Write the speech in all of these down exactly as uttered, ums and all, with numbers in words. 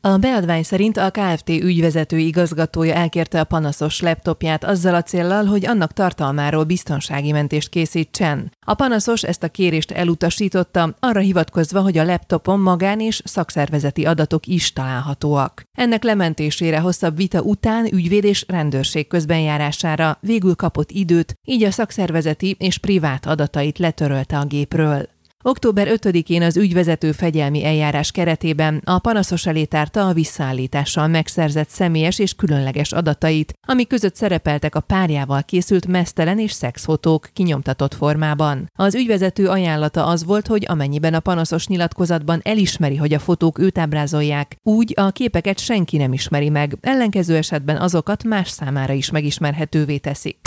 A beadvány szerint a Kft. Ügyvezető igazgatója elkérte a panaszos laptopját azzal a céllal, hogy annak tartalmáról biztonsági mentést készítsen. A panaszos ezt a kérést elutasította, arra hivatkozva, hogy a laptopon magán és szakszervezeti adatok is találhatóak. Ennek lementésére hosszabb vita után ügyvéd és rendőrség közbenjárására végül kapott időt, így a szakszervezeti és privát adatait letörölte a gépről. október ötödikén az ügyvezető fegyelmi eljárás keretében a panaszos elé tárta a visszaállítással megszerzett személyes és különleges adatait, amik között szerepeltek a párjával készült meztelen és szexfotók kinyomtatott formában. Az ügyvezető ajánlata az volt, hogy amennyiben a panaszos nyilatkozatban elismeri, hogy a fotók őt ábrázolják, úgy a képeket senki nem ismeri meg, ellenkező esetben azokat más számára is megismerhetővé teszi.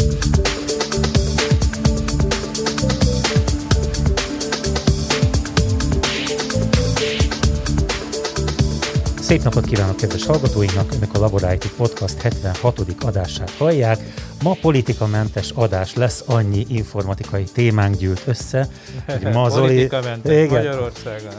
Szép napot kívánok kedves hallgatóinknak! Önök a Labor i té Podcast hetvenhatodik adását hallják. Ma politikamentes adás lesz, annyi informatikai témánk gyűlt össze. Hogy ma politikamentes Magyarországon.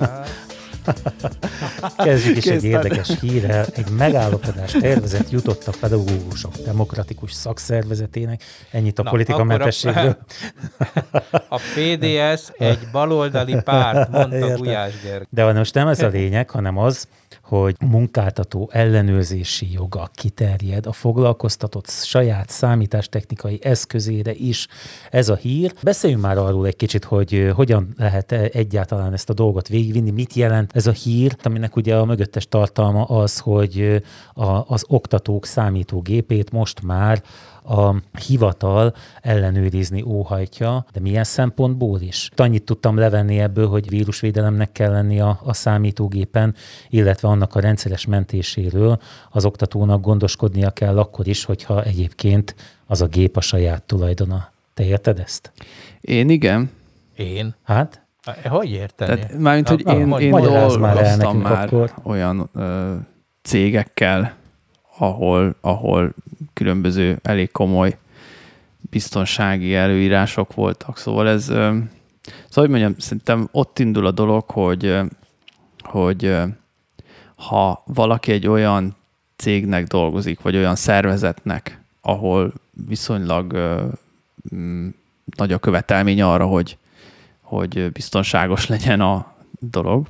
Kezdjük is egy érdekes hírrel. Egy megállapodás tervezet jutott a pedagógusok demokratikus szakszervezetének. Ennyit a Na, politikamentességről. A, a pé dé es egy baloldali párt, mondta Gulyás Gergely. De most nem ez a lényeg, hanem az, hogy munkáltató ellenőrzési joga kiterjed a foglalkoztatott saját számítástechnikai eszközére is. Ez a hír. Beszéljünk már arról egy kicsit, hogy hogyan lehet egyáltalán ezt a dolgot végigvinni, mit jelent ez a hír, aminek ugye a mögöttes tartalma az, hogy a, az oktatók számítógépét most már a hivatal ellenőrizni óhajtja, de milyen szempontból is. Annyit tudtam levenni ebből, hogy vírusvédelemnek kell lenni a, a számítógépen, illetve annak a rendszeres mentéséről az oktatónak gondoskodnia kell akkor is, hogyha egyébként az a gép a saját tulajdona. Te érted ezt? Én igen. Én? Hát? Hogy érteni? Tehát, mármint, hogy én, én, én dolgoztam már akkor. olyan ö, cégekkel, ahol, ahol különböző elég komoly biztonsági előírások voltak. Szóval ez, szóval hogy mondjam, szerintem ott indul a dolog, hogy, hogy ha valaki egy olyan cégnek dolgozik, vagy olyan szervezetnek, ahol viszonylag nagy a követelmény arra, hogy, hogy biztonságos legyen a dolog,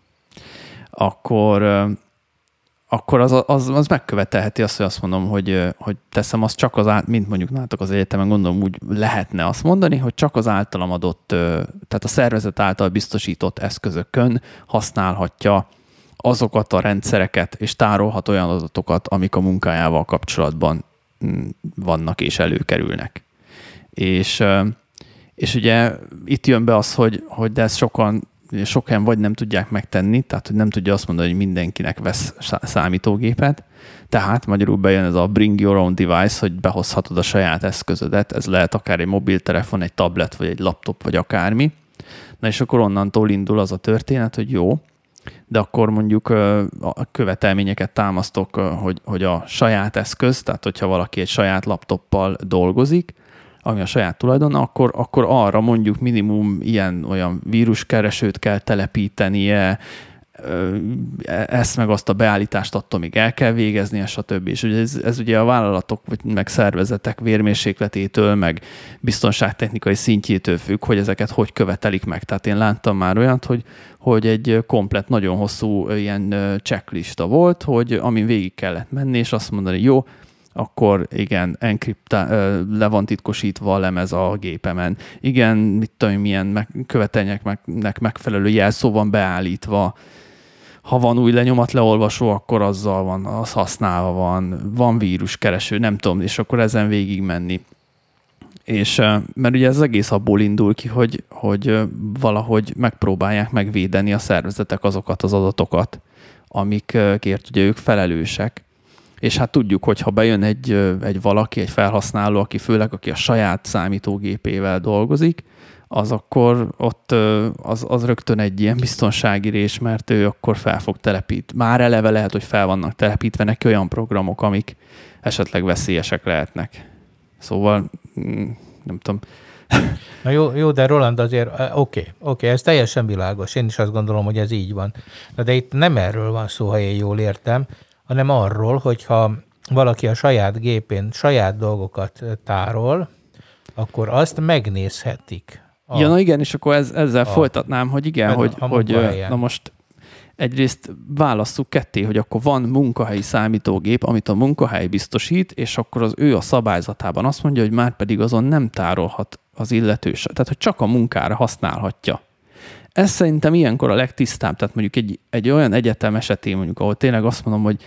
akkor akkor az, az, az megkövetelheti azt, hogy azt mondom, hogy, hogy teszem azt csak az, át, mint mondjuk nálatok az egyetemen, gondolom úgy lehetne azt mondani, hogy csak az általam adott, tehát a szervezet által biztosított eszközökön használhatja azokat a rendszereket, és tárolhat olyan adatokat, amik a munkájával kapcsolatban vannak és előkerülnek. És, és ugye itt jön be az, hogy, hogy de ezt sokan sok helyen vagy nem tudják megtenni, tehát hogy nem tudja azt mondani, hogy mindenkinek vesz számítógépet, tehát magyarul bejön ez a bring your own device, hogy behozhatod a saját eszközödet, ez lehet akár egy mobiltelefon, egy tablet, vagy egy laptop, vagy akármi. Na és akkor onnantól indul az a történet, hogy jó, de akkor mondjuk a követelményeket támasztok, hogy, hogy a saját eszköz, tehát hogyha valaki egy saját laptoppal dolgozik, ami a saját tulajdon, akkor, akkor arra mondjuk minimum ilyen-olyan víruskeresőt kell telepítenie, ezt meg azt a beállítást attól még el kell végeznie, stb. És ugye ez, ez ugye a vállalatok vagy meg szervezetek vérmérsékletétől, meg biztonságtechnikai szintjétől függ, hogy ezeket hogy követelik meg. Tehát én láttam már olyat, hogy, hogy egy komplett, nagyon hosszú ilyen checklista volt, hogy amin végig kellett menni, és azt mondani, jó, akkor igen, enkriptá, le van titkosítva a lemez a gépemen. Igen, mit tudom, milyen meg, követelményeknek megfelelő jelszó van beállítva. Ha van új lenyomatleolvasó, akkor azzal van, az használva van. Van víruskereső, nem tudom, és akkor ezen végig menni. És mert ugye ez egész abból indul ki, hogy, hogy valahogy megpróbálják megvédeni a szervezetek azokat az adatokat, amikért ugye ők felelősek. És hát tudjuk, hogy ha bejön egy, egy valaki, egy felhasználó, aki főleg aki a saját számítógépével dolgozik, az akkor ott az, az rögtön egy ilyen biztonsági rés, mert ő akkor fel fog telepít. Már eleve lehet, hogy fel vannak telepítve neki olyan programok, amik esetleg veszélyesek lehetnek. Szóval nem tudom, Na jó, jó, de Roland azért, oké, okay, oké, okay, ez teljesen világos. Én is azt gondolom, hogy ez így van. Na, de itt nem erről van szó, ha én jól értem, hanem arról, hogyha valaki a saját gépén saját dolgokat tárol, akkor azt megnézhetik. A, ja, na igen, és akkor ez, ezzel a, folytatnám, hogy igen, a, hogy, a hogy na most egyrészt válasszuk ketté, hogy akkor van munkahelyi számítógép, amit a munkahely biztosít, és akkor az ő a szabályzatában azt mondja, hogy már pedig azon nem tárolhat az illetős. Tehát, hogy csak a munkára használhatja. Ez szerintem ilyenkor a legtisztább. Tehát mondjuk egy, egy olyan egyetem esetén, mondjuk, ahol tényleg azt mondom, hogy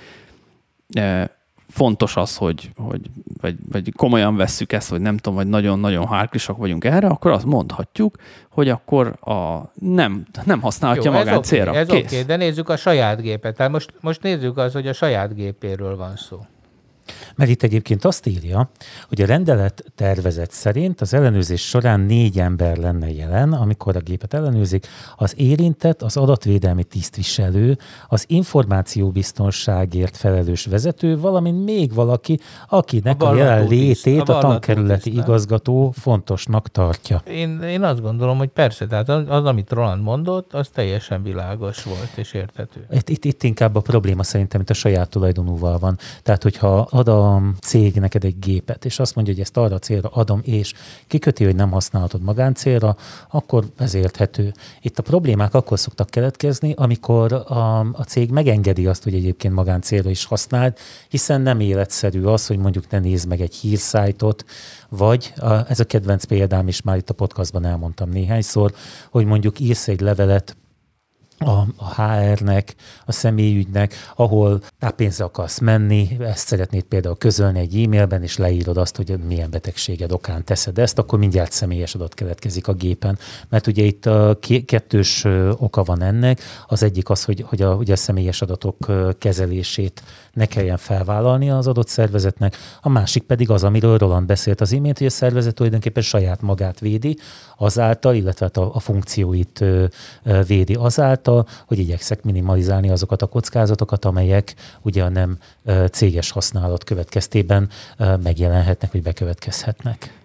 e, fontos az, hogy, hogy vagy, vagy komolyan vesszük ezt, vagy nem tudom, vagy nagyon-nagyon hárklisak vagyunk erre, akkor azt mondhatjuk, hogy akkor a nem, nem használhatja Jó, magán ez célra. Okay, ez oké, okay, de nézzük a saját gépet. Tehát most, most nézzük az, hogy a saját gépéről van szó. Mert itt egyébként azt írja, hogy a rendelet tervezet szerint az ellenőrzés során négy ember lenne jelen, amikor a gépet ellenőrzik, az érintett, az adatvédelmi tisztviselő, az információbiztonságért felelős vezető, valamint még valaki, akinek a, a jelenlétét a, a tankerületi igazgató fontosnak tartja. Én, én azt gondolom, hogy persze, tehát az, az, amit Roland mondott, az teljesen világos volt és érthető. Itt, itt, itt inkább a probléma szerintem itt a saját tulajdonúval van. Tehát, hogyha ad a cég neked egy gépet, és azt mondja, hogy ezt arra a célra adom, és kiköti, hogy nem használhatod magáncélra, akkor ez érthető. Itt a problémák akkor szoktak keletkezni, amikor a, a cég megengedi azt, hogy egyébként magáncélra is használd, hiszen nem életszerű az, hogy mondjuk ne nézd meg egy hírszájtot, vagy a, ez a kedvenc példám is már itt a podcastban elmondtam néhányszor, hogy mondjuk írsz egy levelet A, a há er-nek, a személyügynek, ahol táppénzre akarsz menni, ezt szeretnéd például közölni egy e-mailben, és leírod azt, hogy milyen betegséged okán teszed ezt, akkor mindjárt személyes adat keletkezik a gépen. Mert ugye itt a kettős oka van ennek. Az egyik az, hogy, hogy, a, hogy a személyes adatok kezelését ne kelljen felvállalni az adott szervezetnek. A másik pedig az, amiről Roland beszélt az imént, hogy a szervezet tulajdonképpen saját magát védi azáltal, illetve a, a funkcióit védi azáltal, hogy igyekszek minimalizálni azokat a kockázatokat, amelyek ugye a nem céges használat következtében megjelenhetnek, vagy bekövetkezhetnek.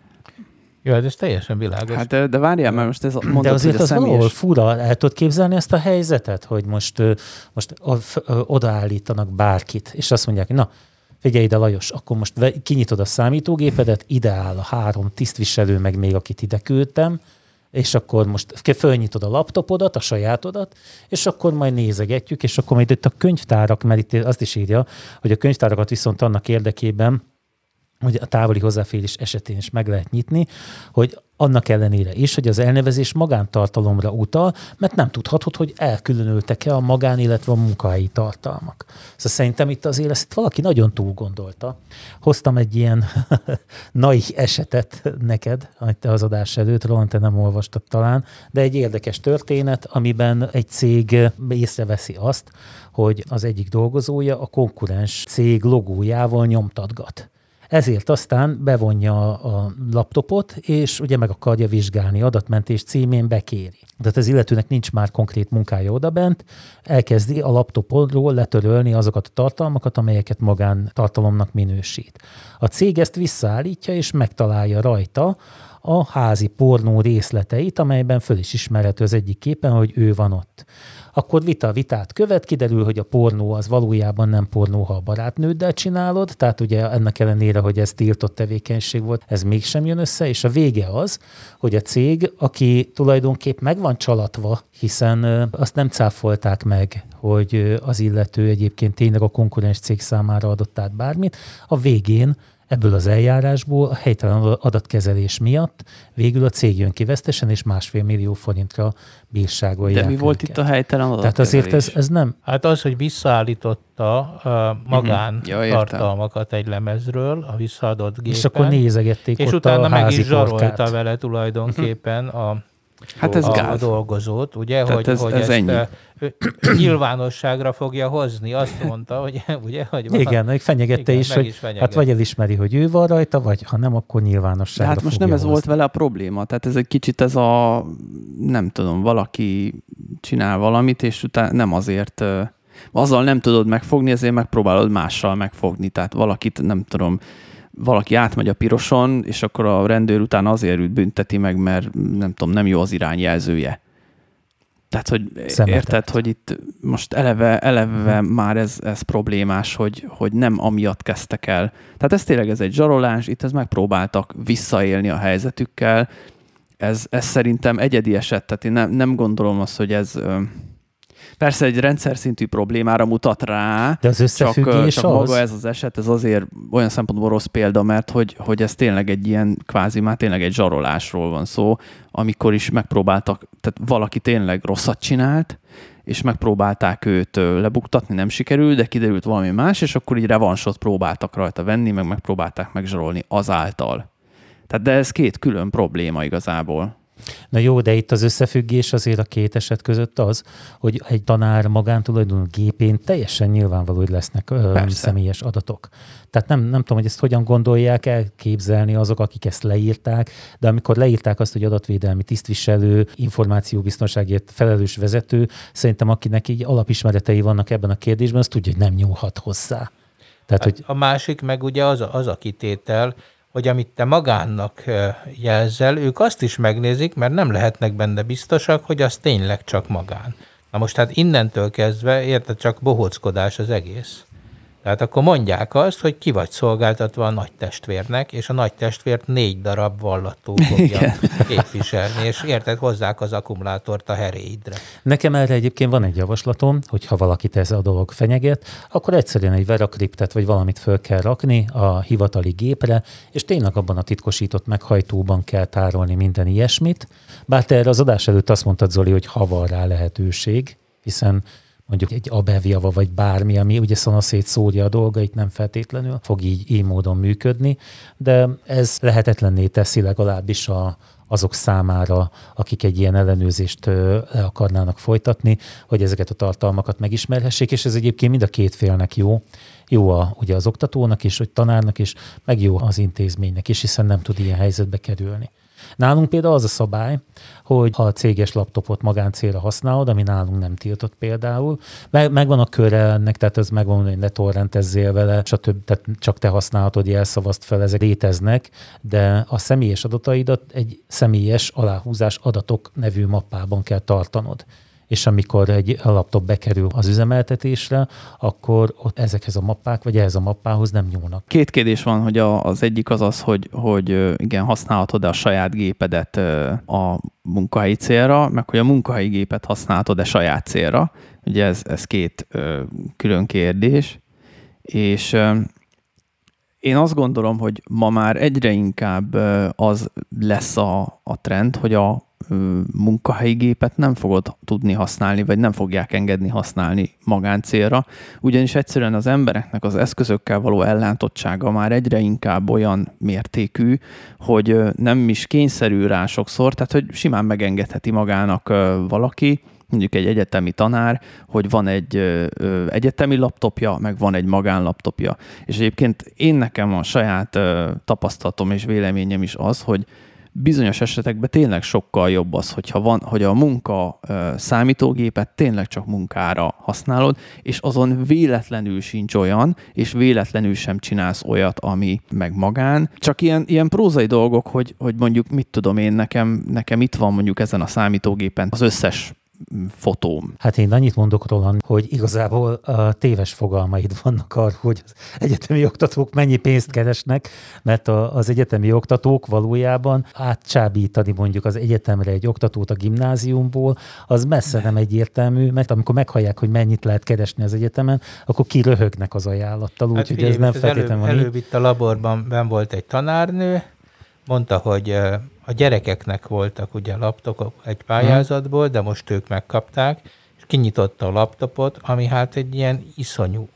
Jó, ez teljesen világos. Hát de, de várjál, mert most ez mondod, de azért az személyes... valahol fura. El tudod képzelni ezt a helyzetet, hogy most, most odaállítanak bárkit, és azt mondják, hogy na, figyelj ide, Lajos, akkor most kinyitod a számítógépedet, ide áll a három tisztviselő, meg még akit ide küldtem, és akkor most fölnyitod a laptopodat, a sajátodat, és akkor majd nézegetjük, és akkor majd itt a könyvtárak, mert itt azt is írja, hogy a könyvtárakat viszont annak érdekében, hogy a távoli hozzáférés esetén is meg lehet nyitni, hogy annak ellenére is, hogy az elnevezés magántartalomra utal, mert nem tudhatod, hogy elkülönültek-e a magán, illetve a munkahelyi tartalmak. Szóval szerintem itt azért ezt valaki nagyon túl gondolta. Hoztam egy ilyen naív esetet neked, te az adás előtt, Roland, te nem olvastad talán, de egy érdekes történet, amiben egy cég észreveszi azt, hogy az egyik dolgozója a konkurens cég logójával nyomtatgat. Ezért aztán bevonja a laptopot, és ugye meg akarja vizsgálni, adatmentés címén bekéri. De az illetőnek nincs már konkrét munkája odabent, elkezdi a laptopról letörölni azokat a tartalmakat, amelyeket magántartalomnak minősít. A cég ezt visszaállítja, és megtalálja rajta a házi pornó részleteit, amelyben föl is ismerhető az egyik képen, hogy ő van ott. Akkor vita vitát követ, kiderül, hogy a pornó az valójában nem pornó, ha a barátnőddel csinálod, tehát ugye ennek ellenére, hogy ez tiltott tevékenység volt, ez mégsem jön össze, és a vége az, hogy a cég, aki tulajdonképp meg van csalatva, hiszen azt nem cáfolták meg, hogy az illető egyébként tényleg a konkurens cég számára adott át bármit, a végén ebből az eljárásból a helytelen adatkezelés miatt végül a cég jön ki vesztesen, és másfél millió forintra bírságolják. De mi volt őket. Itt a helytelen adatkezelés? Tehát azért ez, ez nem... Hát az, hogy visszaállította a magán uh-huh. ja, tartalmakat egy lemezről a visszaadott gépen. És akkor nézegették és ott utána a meg házi is zsarolta portát. vele tulajdonképpen a, hát ez a, gáz. a dolgozót, ugye, tehát hogy, ez, hogy ez ezt ennyi. nyilvánosságra fogja hozni. Azt mondta, hogy ugye, hogy van. Igen, meg fenyegette igen, is, hogy is hát vagy elismeri, hogy ő van rajta, vagy ha nem, akkor nyilvánosságra hát most fogja nem ez hozni. volt vele a probléma. Tehát ez egy kicsit ez a, nem tudom, valaki csinál valamit, és utána nem azért, azzal nem tudod megfogni, ezért megpróbálod mással megfogni. Tehát valakit, nem tudom, valaki átmegy a piroson, és akkor a rendőr után azért őt bünteti meg, mert nem tudom, nem jó az irányjelzője. Tehát, hogy Szemetet. Érted, hogy itt most eleve, eleve hmm. már ez, ez problémás, hogy, hogy nem amiatt kezdtek el. Tehát ez tényleg ez egy zsarolás, itt ez megpróbáltak visszaélni a helyzetükkel. Ez, ez szerintem egyedi eset, tehát én nem, nem gondolom azt, hogy ez... Persze egy rendszer szintű problémára mutat rá, de az összefüggés csak, csak az... maga ez az eset, ez azért olyan szempontból rossz példa, mert hogy, hogy ez tényleg egy ilyen, kvázi már tényleg egy zsarolásról van szó, amikor is megpróbáltak, tehát valaki tényleg rosszat csinált, és megpróbálták őt lebuktatni, nem sikerült, de kiderült valami más, és akkor így revansot próbáltak rajta venni, meg megpróbálták megzsarolni azáltal. Tehát de ez két külön probléma igazából. Na jó, de itt az összefüggés azért a két eset között az, hogy egy tanár magántulajdonú gépén teljesen nyilvánvaló, hogy lesznek ö, személyes adatok. Tehát nem, nem tudom, hogy ezt hogyan gondolják elképzelni azok, akik ezt leírták, de amikor leírták azt, hogy adatvédelmi tisztviselő, információbiztonságért felelős vezető, szerintem akinek így alapismeretei vannak ebben a kérdésben, az tudja, hogy nem nyúlhat hozzá. Tehát, hogy... A másik meg ugye az a, az a kitétel, hogy amit te magánnak jelzel, ők azt is megnézik, mert nem lehetnek benne biztosak, hogy az tényleg csak magán. Na most hát innentől kezdve, érted, csak bohóckodás az egész. Tehát akkor mondják azt, hogy ki vagy szolgáltatva a nagy testvérnek, és a nagy testvért négy darab vallató fogja képviselni, és érted, hozzák az akkumulátort a heréidre. Nekem erre egyébként van egy javaslatom, hogy ha valakit ez a dolog fenyeget, akkor egyszerűen egy verakriptet vagy valamit föl kell rakni a hivatali gépre, és tényleg abban a titkosított meghajtóban kell tárolni minden ilyesmit. Bár te erre az adás előtt azt mondtad, Zoli, hogy ha van rá lehetőség, hiszen mondjuk egy abevjava vagy bármi, ami ugye szanaszét szórja a dolgait, nem feltétlenül fog így, így módon működni, de ez lehetetlenné teszi legalábbis a, azok számára, akik egy ilyen ellenőrzést le akarnának folytatni, hogy ezeket a tartalmakat megismerhessék, és ez egyébként mind a két félnek jó. Jó a, ugye az oktatónak is, hogy tanárnak is, meg jó az intézménynek is, hiszen nem tud ilyen helyzetbe kerülni. Nálunk például az a szabály, hogy ha a céges laptopot magáncélra használod, ami nálunk nem tiltott például, meg, megvan a köre ennek, tehát ez megvan, hogy ne torrentezzél vele, stb. Tehát csak te használhatod, jelszavazd fel, ezek léteznek, de a személyes adataidat egy személyes aláhúzás adatok nevű mappában kell tartanod. És amikor egy laptop bekerül az üzemeltetésre, akkor ott ezekhez a mappák, vagy ehhez a mappához nem nyúlnak. Két kérdés van, hogy a, az egyik az az, hogy, hogy igen, használhatod-e a saját gépedet a munkahelyi célra, meg hogy a munkahelyi gépet használhatod-e saját célra. Ugye ez, ez két ö, külön kérdés. És ö, én azt gondolom, hogy ma már egyre inkább az lesz a, a trend, hogy a munkahelyi gépet nem fogod tudni használni, vagy nem fogják engedni használni magáncélra, ugyanis egyszerűen az embereknek az eszközökkel való ellátottsága már egyre inkább olyan mértékű, hogy nem is kényszerül rá sokszor, tehát hogy simán megengedheti magának valaki, mondjuk egy egyetemi tanár, hogy van egy ö, egyetemi laptopja, meg van egy magánlaptopja. És egyébként én nekem a saját ö, tapasztalatom és véleményem is az, hogy bizonyos esetekben tényleg sokkal jobb az, hogyha van, hogy a munka ö, számítógépet tényleg csak munkára használod, és azon véletlenül sincs olyan, és véletlenül sem csinálsz olyat, ami meg magán. Csak ilyen, ilyen prózai dolgok, hogy, hogy mondjuk mit tudom én, nekem, nekem itt van mondjuk ezen a számítógépen az összes fotóm. Hát én annyit mondok róla, hogy igazából a téves fogalmaid vannak arról, hogy az egyetemi oktatók mennyi pénzt keresnek, mert a, az egyetemi oktatók valójában átcsábítani mondjuk az egyetemre egy oktatót a gimnáziumból, az messze nem egyértelmű, mert amikor meghallják, hogy mennyit lehet keresni az egyetemen, akkor kiröhögnek az ajánlattal, úgyhogy hát, ez nem feltétlenül van. Előbb itt a laborban ben volt egy tanárnő, mondta, hogy a gyerekeknek voltak ugye laptopok egy pályázatból, de most ők megkapták, és kinyitotta a laptopot, ami hát egy ilyen iszonyú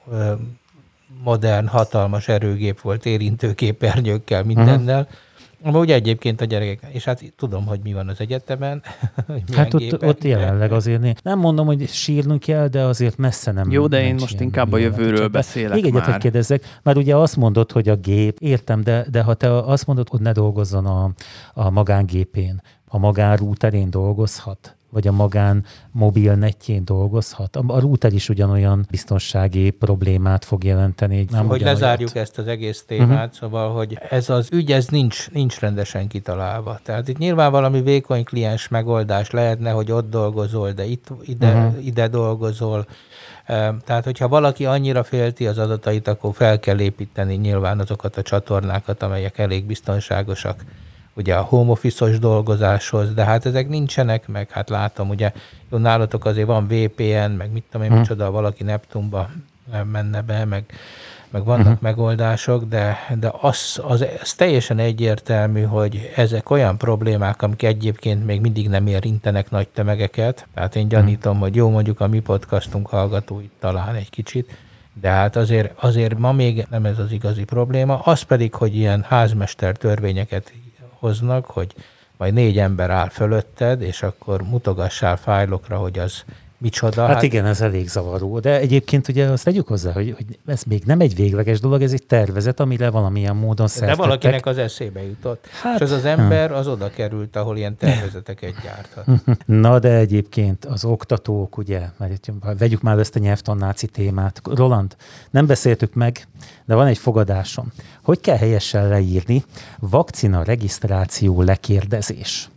modern, hatalmas erőgép volt, érintőképernyőkkel, mindennel. Ami ugye egyébként a gyerekek, és hát tudom, hogy mi van az egyetemen. Hát ott, ott jelenleg azért nem mondom, hogy sírnunk kell, de azért messze nem. Jó, de én most inkább a jövőről beszélek még egyet, hogy kérdezzek, mert ugye azt mondod, hogy a gép, értem, de, de ha te azt mondod, hogy ne dolgozzon a, a magángépén, a magánrúterén dolgozhat, vagy a magán mobil netjén dolgozhat. A router is ugyanolyan biztonsági problémát fog jelenteni. Nem hogy ugyanolyat. lezárjuk ezt az egész témát, uh-huh. szóval, hogy ez az ügy, ez nincs, nincs rendesen kitalálva. Tehát itt nyilván valami vékony kliens megoldás lehetne, hogy ott dolgozol, de itt, ide, uh-huh. ide dolgozol. Tehát, hogyha valaki annyira félti az adatait, akkor fel kell építeni nyilván azokat a csatornákat, amelyek elég biztonságosak ugye a home office-os dolgozáshoz, de hát ezek nincsenek, meg hát látom, ugye jó, nálatok azért van vé pé en, meg mit tudom én, hmm. micsoda, valaki Neptunba menne be, meg, meg vannak uh-huh. megoldások, de, de az, az, az teljesen egyértelmű, hogy ezek olyan problémák, amik egyébként még mindig nem érintenek nagy tömegeket, tehát én gyanítom, uh-huh. hogy jó, mondjuk a mi podcastunk hallgatóit talán egy kicsit, de hát azért, azért ma még nem ez az igazi probléma, az pedig, hogy ilyen házmester törvényeket hoznak, hogy majd négy ember áll fölötted, és akkor mutogassál fájlokra, hogy az micsoda. Hát, hát igen, ez elég zavaró, de egyébként ugye azt tegyük hozzá, hogy, hogy ez még nem egy végleges dolog, ez egy tervezet, amire valamilyen módon szertettek. De valakinek az eszébe jutott. Hát, és az az ember az oda került, ahol ilyen tervezeteket gyárthat. Na, de egyébként az oktatók, ugye, mert vegyük már ezt a nyelvtannáci témát. Roland, nem beszéltük meg, de van egy fogadásom. Hogy kell helyesen leírni vakcina regisztráció lekérdezés?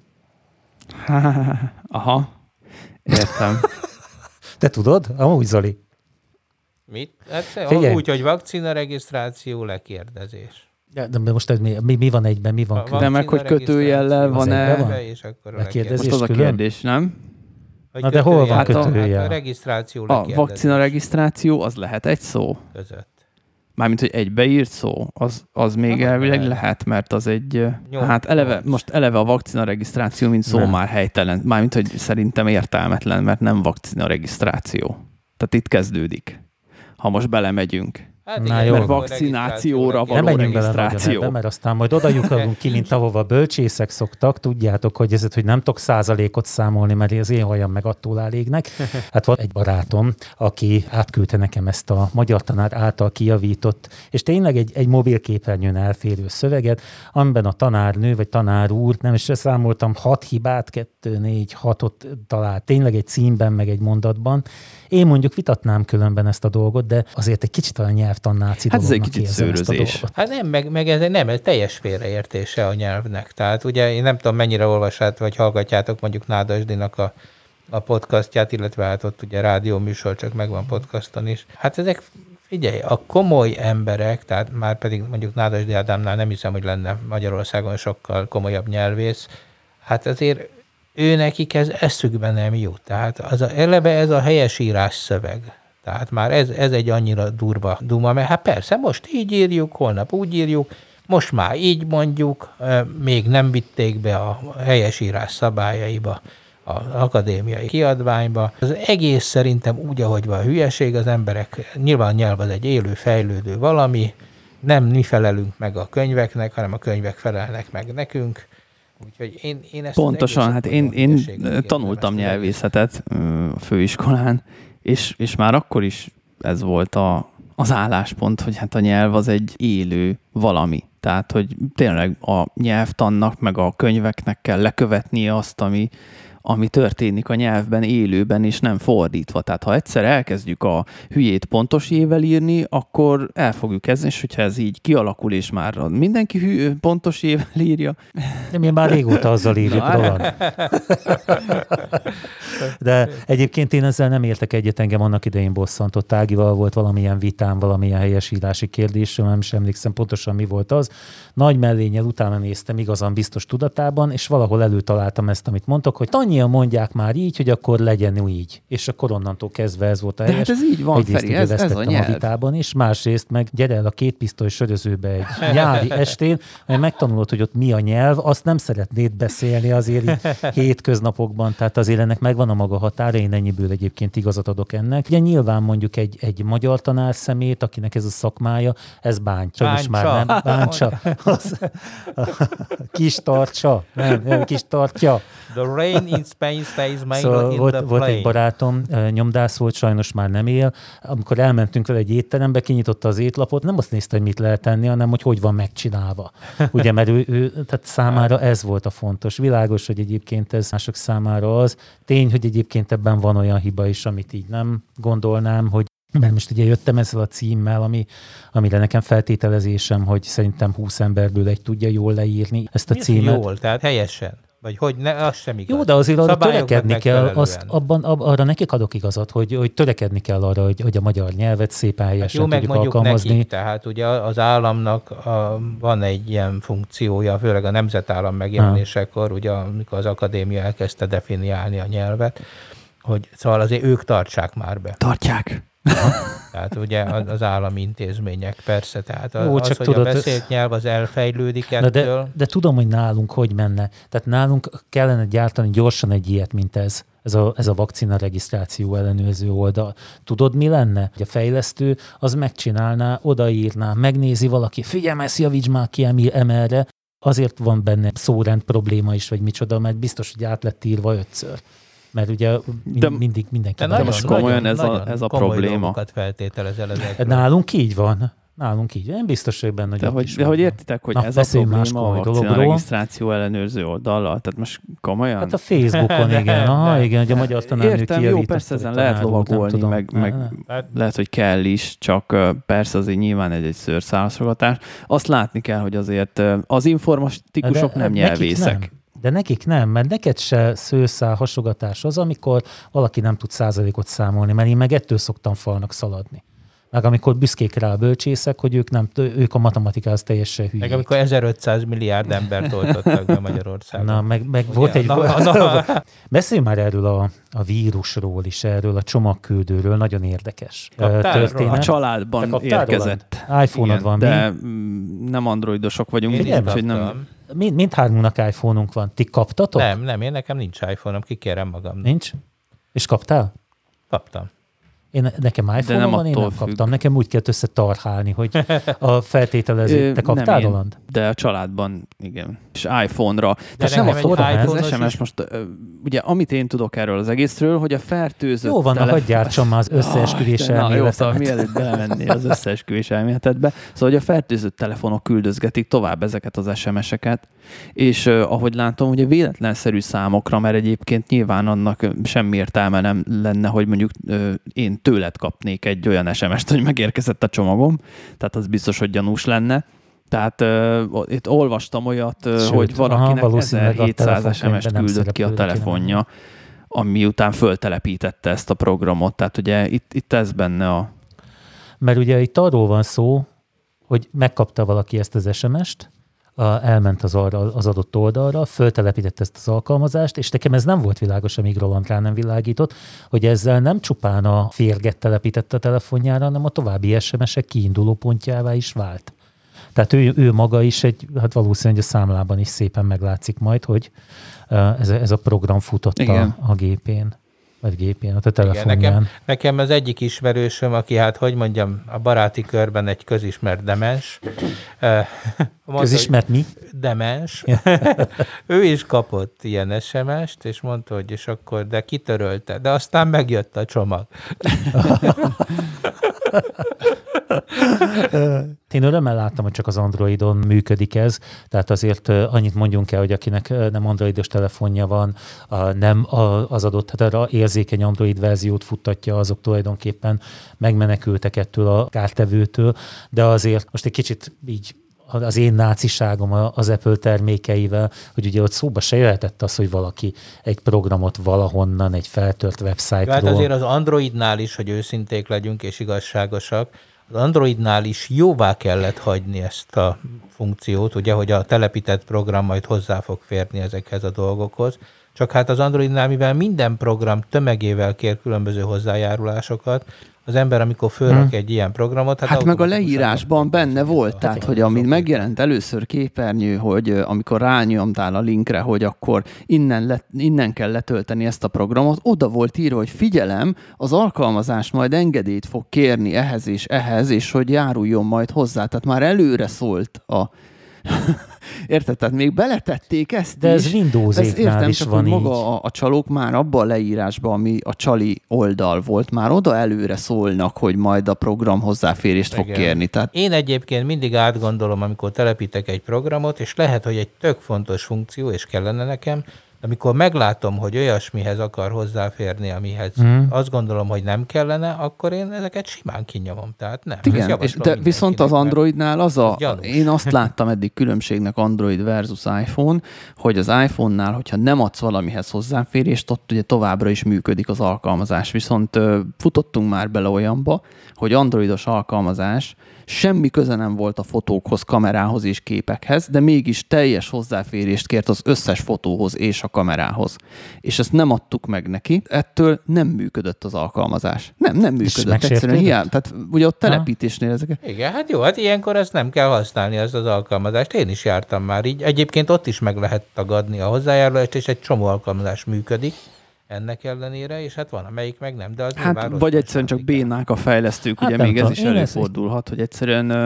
Aha, értem. Te tudod? Amúgy, Zoli. Mit? Hát úgy, hogy vakcina regisztráció lekérdezés. Ja, de most mi, mi, mi van egyben, mi van külön? De meg, hogy kötőjellel van-e? Van? És akkor lekérdezés most az a kérdés, nem? Na de hol van kötőjel? Hát a, a regisztráció lekérdezés. A vakcina regisztráció, az lehet egy szó? Között. Mármint, hogy egy beírt szó, az, az még nem elvileg lehet. lehet, mert az egy, nyolc, hát eleve, nyolc. Most eleve a vakcina regisztráció, mint szó nem. Már helytelen. Mármint, hogy szerintem értelmetlen, mert nem vakcina regisztráció. Tehát itt kezdődik, ha most belemegyünk. Hát igen, Na, mert vakcinációra való nem regisztráció. Ebbe, mert aztán majd oda lyukadunk ki, mint ahova bölcsészek szoktak. Tudjátok, hogy ez, hogy nem tudok százalékot számolni, mert az én hajam meg attól elégnek. Hát van egy barátom, aki átküldte nekem ezt a magyar tanár által kijavított, és tényleg egy, egy mobilképernyőn elférő szöveget, amiben a tanárnő vagy tanár úr, nem is számoltam, hat hibát, kettő, négy, hatot talált. Tényleg egy címben, meg egy mondatban. Én mondjuk vitatnám különben ezt a dolgot, de azért egy kicsit olyan nyelvtannáci hát dolognak ez egy kicsit szőrözés. Hát nem, meg, meg ez nem, ez teljes félreértése a nyelvnek. Tehát ugye én nem tudom, mennyire olvasát, vagy hallgatjátok mondjuk Nádasdynak a, a podcastját, illetve hát ott ugye rádió műsor, csak megvan podcaston is. Hát ezek, figyelj, a komoly emberek, tehát már pedig mondjuk Nádasdy Ádámnál nem hiszem, hogy lenne Magyarországon sokkal komolyabb nyelvész, hát azért ő nekik ez eszükben nem jut. Tehát az a, eleve ez a helyesírás szöveg. Tehát már ez, ez egy annyira durva duma, mert hát persze most így írjuk, holnap úgy írjuk, most már így mondjuk, még nem vitték be a helyesírás szabályaiba, az akadémiai kiadványba. Az egész szerintem úgy, ahogy van hülyeség, az emberek, nyilván nyelv az egy élő, fejlődő valami, nem mi felelünk meg a könyveknek, hanem a könyvek felelnek meg nekünk. Úgyhogy én, én ezt pontosan, hát én, én tanultam nyelvészetet a főiskolán, és, és már akkor is ez volt a, az álláspont, hogy hát a nyelv az egy élő valami. Tehát, hogy tényleg a nyelvtannak, meg a könyveknek kell lekövetnie azt, ami, ami történik a nyelvben, élőben, és nem fordítva. Tehát, ha egyszer elkezdjük a hülyét pontos jével írni, akkor el fogjuk kezdeni, és hogyha ez így kialakul, és már mindenki hű, pontos jével írja. De mi már régóta azzal írjuk, Roland. De egyébként én ezzel nem értek egyet, engem annak idején bosszantott. Ágival volt valamilyen vitám, valamilyen helyesírási kérdésről, nem is emlékszem pontosan mi volt az. Nagy mellénnyel utána néztem, igazán biztos tudatában, és valahol előtaláltam ezt, amit mondtok, hogy annyian mondják már így, hogy akkor legyen így. És akkor onnantól kezdve ez volt a helyes. De hát ez így van, Egyrészt Feri, ez, ez a nyelv. A vitában is, másrészt meg gyere el a két pisztoly sörözőbe egy nyári estén, hogy megtanulod, hogy ott mi a nyelv, azt nem szeretnéd beszélni azért így hétköznapokban, tehát azért ennek megvan a maga határa, én ennyiből egyébként igazat adok ennek. Ugye nyilván mondjuk egy, egy magyar tanár szemét, akinek ez a szakmája, ez bántja, bántsa. és már nem bántsa. Az, kis tartsa, nem, nem kis tartja. The rain in Spain, Spain stays my Szóval in volt, the volt plane. egy barátom, nyomdász volt, sajnos már nem él. Amikor elmentünk vele egy étterembe, kinyitotta az étlapot, nem azt nézte, hogy mit lehet tenni, hanem hogy hogy van megcsinálva. Ugye, mert ő, ő tehát számára ez volt a fontos. Világos, hogy egyébként ez mások számára az. Tény, hogy egyébként ebben van olyan hiba is, amit így nem gondolnám, hogy mert most ugye jöttem ezzel a címmel, ami, amire nekem feltételezésem, hogy szerintem húsz emberből egy tudja jól leírni ezt a Mi az, címet. jól, tehát helyesen. Vagy hogy ne, az sem igaz. Jó, de azért arra Szabályoknak törekedni kell, megfelelően. azt, abban, ab, arra nekik adok igazat, hogy, hogy törekedni kell arra, hogy, hogy a magyar nyelvet szépen Hát helyesen jó, meg tudjuk mondjuk alkalmazni. nekik, tehát ugye az államnak a, van egy ilyen funkciója, főleg a nemzetállam megjelenésekor, ugye amikor az akadémia elkezdte definiálni a nyelvet, hogy szóval azért ők tartsák már be. Tartják. Tehát ugye az, az állami intézmények, persze, tehát Jó, az, csak hogy tudod, a beszélt nyelv az elfejlődik Na ettől. de, de tudom, hogy nálunk hogy menne. Tehát nálunk kellene gyártani gyorsan egy ilyet, mint ez. Ez a, ez a vakcina regisztráció ellenőrző oldal. Tudod, mi lenne? Hogy a fejlesztő az megcsinálná, odaírná, megnézi valaki, figyelj, ezt javíts már ki emelre. Azért van benne szórend probléma is, vagy micsoda, mert biztos, hogy át lett írva ötször. Mert ugye mind, De- mindig mindenki... De nagyon- nagyon, most komolyan nagyon, ez a- nagyon ez a komoly probléma. dolgokat feltételezel ezekről. Nálunk így van. Nálunk így van. Én biztos vagyok benne, hogy De ott hogy, is de van. hogy értitek, hogy Na, ez a beszéljünk más probléma a komoly vakcina dologról. regisztráció ellenőrző oldallal? Tehát most komolyan? Hát a Facebookon, igen. Aha, de- igen, hogy a magyar tanárnő Értem, jó, kijavította, persze ezen hogy lehet tanárok, nem lovagolni, tudom. meg, meg Hát- lehet, hogy kell is, csak ö, persze azért nyilván egy, egy szőrszálasrogatás. Azt látni kell, hogy azért ö, az informatikusok De- nem nekik nyelvészek. nem. De nekik nem, mert neked se szőrszál hasogatás az, amikor valaki nem tud százalékot számolni, mert én meg ettől szoktam falnak szaladni. Meg amikor büszkék rá a bölcsészek, hogy ők, nem, ők a matematikához teljesen hülyék. Meg amikor ezerötszáz milliárd embert oltottak be Magyarországon. Na, meg, meg Ugye? volt egy... Na, na. Beszéljünk már erről a, a vírusról is, erről a csomagküldőről, nagyon érdekes Kaptál történet. A Te családban kaptál érkezett. iPhone-od Igen, van, De mi? mm, nem androidosok vagyunk, Én így, is úgyhogy nem... kaptam. Mind, mindhármunknak iPhone-unk van. Ti kaptatok? Nem, nem, én nekem nincs iPhone-om, kikérem magamnak. Nincs? És kaptál? Kaptam. Én, nekem iPhone-om nem van, én nem attól függ. kaptam. Nekem úgy kellett összetarhálni, hogy a feltételező... Ö, Te nem kaptál, én, Roland? De a családban, igen. És iPhone-ra. De Tehát nem a nekem egy fotóra, ez iPhone-os es em es is- most, ö, ugye amit én tudok erről az egészről, hogy a fertőzött... Jó van, telef- hagyj gyártsam már az összeesküvés Ah, na, jó, szóval elméletemet. mielőtt belemennél az összeesküvés elméletedbe. Szóval, hogy a fertőzött telefonok küldözgetik tovább ezeket az es em es-eket, és uh, ahogy látom, ugye véletlenszerű számokra, mert egyébként nyilván annak semmi értelme nem lenne, hogy mondjuk uh, én tőled kapnék egy olyan es em es-t, hogy megérkezett a csomagom, tehát az biztos, hogy gyanús lenne. Tehát uh, itt olvastam olyat, uh, Sőt, hogy valakinek aha, valószínűleg a ezerhétszáz es em es-t telefonkönyvben nem küldött ki a szereplő, telefonja, ami után föltelepítette ezt a programot. Tehát ugye itt, itt ez benne a... Mert ugye itt arról van szó, hogy megkapta valaki ezt az es em es-t, a, elment az, arra, az adott oldalra, föltelepített ezt az alkalmazást, és nekem ez nem volt világos, amíg Roland rá nem világított, hogy ezzel nem csupán a férget telepítette a telefonjára, hanem a további es em es-ek kiinduló pontjává is vált. Tehát ő, ő maga is egy, hát valószínűleg a számlában is szépen meglátszik majd, hogy uh, ez, a, ez a program futott a, a gépén, vagy gépén, a telefonján. Igen, nekem, nekem az egyik ismerősöm, aki hát, hogy mondjam, a baráti körben egy közismert demens. eh, mondta, Közismert mi? hogy Demens. Ő is kapott ilyen es em es-t, és mondta, hogy és akkor, de kitörölte. De aztán megjött a csomag. Én örömmel láttam, hogy csak az Androidon működik ez, tehát azért uh, annyit mondjunk el, hogy akinek uh, nem androidos telefonja van, uh, nem a, az adott, tehát arra érzékeny Android verziót futtatja, azok tulajdonképpen megmenekültek ettől a kártevőtől, de azért most egy kicsit így az én náciságom az Apple termékeivel, hogy ugye ott szóba se jöhetett az, hogy valaki egy programot valahonnan, egy feltört website-ról. Hát azért az Androidnál is, hogy őszinték legyünk és igazságosak, az Androidnál is jóvá kellett hagyni ezt a funkciót, ugye, hogy a telepített program majd hozzá fog férni ezekhez a dolgokhoz. Csak hát az Androidnál, mivel minden program tömegével kér különböző hozzájárulásokat, az ember, amikor fölrak hmm. egy ilyen programot... Hát, Hát meg a leírásban benne volt, tehát, hogy ami megjelent először képernyő, hogy uh, amikor rányomtál a linkre, hogy akkor innen, le, innen kell letölteni ezt a programot, oda volt írva, hogy figyelem, az alkalmazás majd engedélyt fog kérni ehhez és ehhez, és hogy járuljon majd hozzá. Tehát már előre szólt a Érted? Tehát még beletették ezt De ez is. Windows-éknál is csak, van hogy így. maga a, a csalók már abban a leírásban, ami a csali oldal volt, már oda előre szólnak, hogy majd a program hozzáférést fog Igen. kérni. Tehát Én egyébként mindig átgondolom, amikor telepítek egy programot, és lehet, hogy egy tök fontos funkció, és kellene nekem, amikor meglátom, hogy olyasmihez akar hozzáférni, amihez Mm. azt gondolom, hogy nem kellene, akkor én ezeket simán kinyomom. Tehát nem. igen, Ezt és javaslom de viszont az mindenkinek, Androidnál az a, az gyanús. én azt láttam eddig különbségnek Android versus iPhone, hogy az iPhone-nál, hogyha nem adsz valamihez hozzáférést, ott ugye továbbra is működik az alkalmazás. Viszont ö, futottunk már bele olyanba, hogy androidos alkalmazás semmi köze nem volt a fotókhoz, kamerához és képekhez, de mégis teljes hozzáférést kért az összes fotóhoz és a kamerához. És ezt nem adtuk meg neki, ettől nem működött az alkalmazás. Nem, nem működött. Egyszerűen megsértődött? hiába. Tehát ugye ott telepítésnél ezeket. Igen, hát jó, hát ilyenkor ezt nem kell használni, ezt az alkalmazást. Én is jártam már így. Egyébként ott is meg lehet tagadni a hozzájárulást, és egy csomó alkalmazás működik ennek ellenére, és hát van, amelyik meg nem. De az Hát vagy egyszerűen csak bénák a fejlesztők, Hát ugye nem még ez tudom, is én előfordulhat, hogy egyszerűen ö,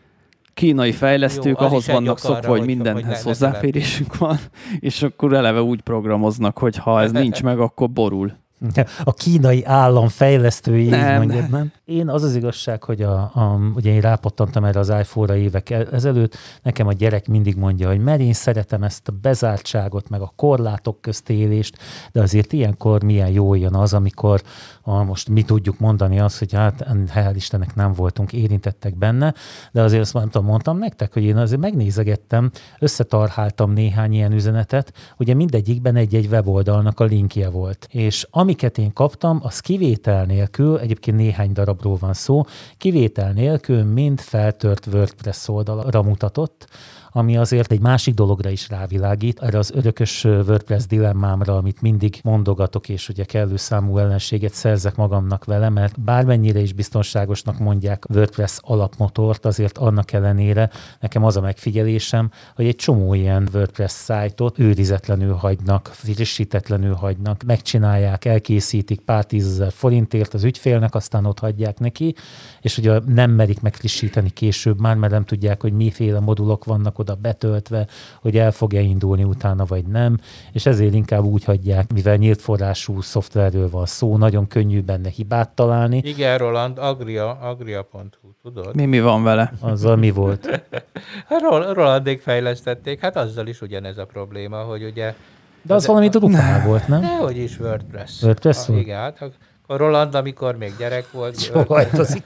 kínai fejlesztők Jó, az ahhoz is egy vannak ok szokva, arra, hogy hogy- mindenhez hogy ne- ne hozzáférésük van, és akkor eleve úgy programoznak, hogy ha ez nincs meg, akkor borul. A kínai állam fejlesztői, így Nem. mondjad, nem? Én az az igazság, hogy a, a, ugye én rápattantam erre az iPhone-ra évek el- ezelőtt, nekem a gyerek mindig mondja, hogy mert én szeretem ezt a bezártságot, meg a korlátok közt élést, de azért ilyenkor milyen jó jön az, amikor a, most mi tudjuk mondani azt, hogy hát hál' Istennek nem voltunk érintettek benne, de azért azt nem tudom, mondtam nektek, hogy én azért megnézegettem, összetarháltam néhány ilyen üzenetet, ugye mindegyikben egy-egy weboldalnak a linkje volt. És amiket én kaptam, az kivétel nélkül, egyébként néhány darabról van szó, kivétel nélkül mind feltört WordPress oldalra mutatott, ami azért egy másik dologra is rávilágít, erre az örökös WordPress dilemmámra, amit mindig mondogatok, és ugye kellő számú ellenséget szerzek magamnak vele, mert bármennyire is biztonságosnak mondják WordPress alapmotort, azért annak ellenére nekem az a megfigyelésem, hogy egy csomó ilyen WordPress szájtot őrizetlenül hagynak, frissítetlenül hagynak, megcsinálják, elkészítik pár tízezer forintért az ügyfélnek, aztán ott hagyják neki, és ugye nem merik megfrissíteni később már, mert nem tudják, hogy miféle modulok vannak oda betöltve, hogy el fog-e indulni utána, vagy nem, és ezért inkább úgy hagyják, mivel nyílt forrású szoftverről van szó, nagyon könnyű benne hibát találni. Igen, Roland, agria, agria pont hu, tudod? Mi, mi van vele? Azzal mi volt? Hát Rol- Rolandék fejlesztették, hát azzal is ugyanez a probléma, hogy ugye... De az valami Drupal volt, nem? Nehogy is WordPress. WordPress a, volt? igen, hát a Roland, amikor még gyerek volt, Sajtozik.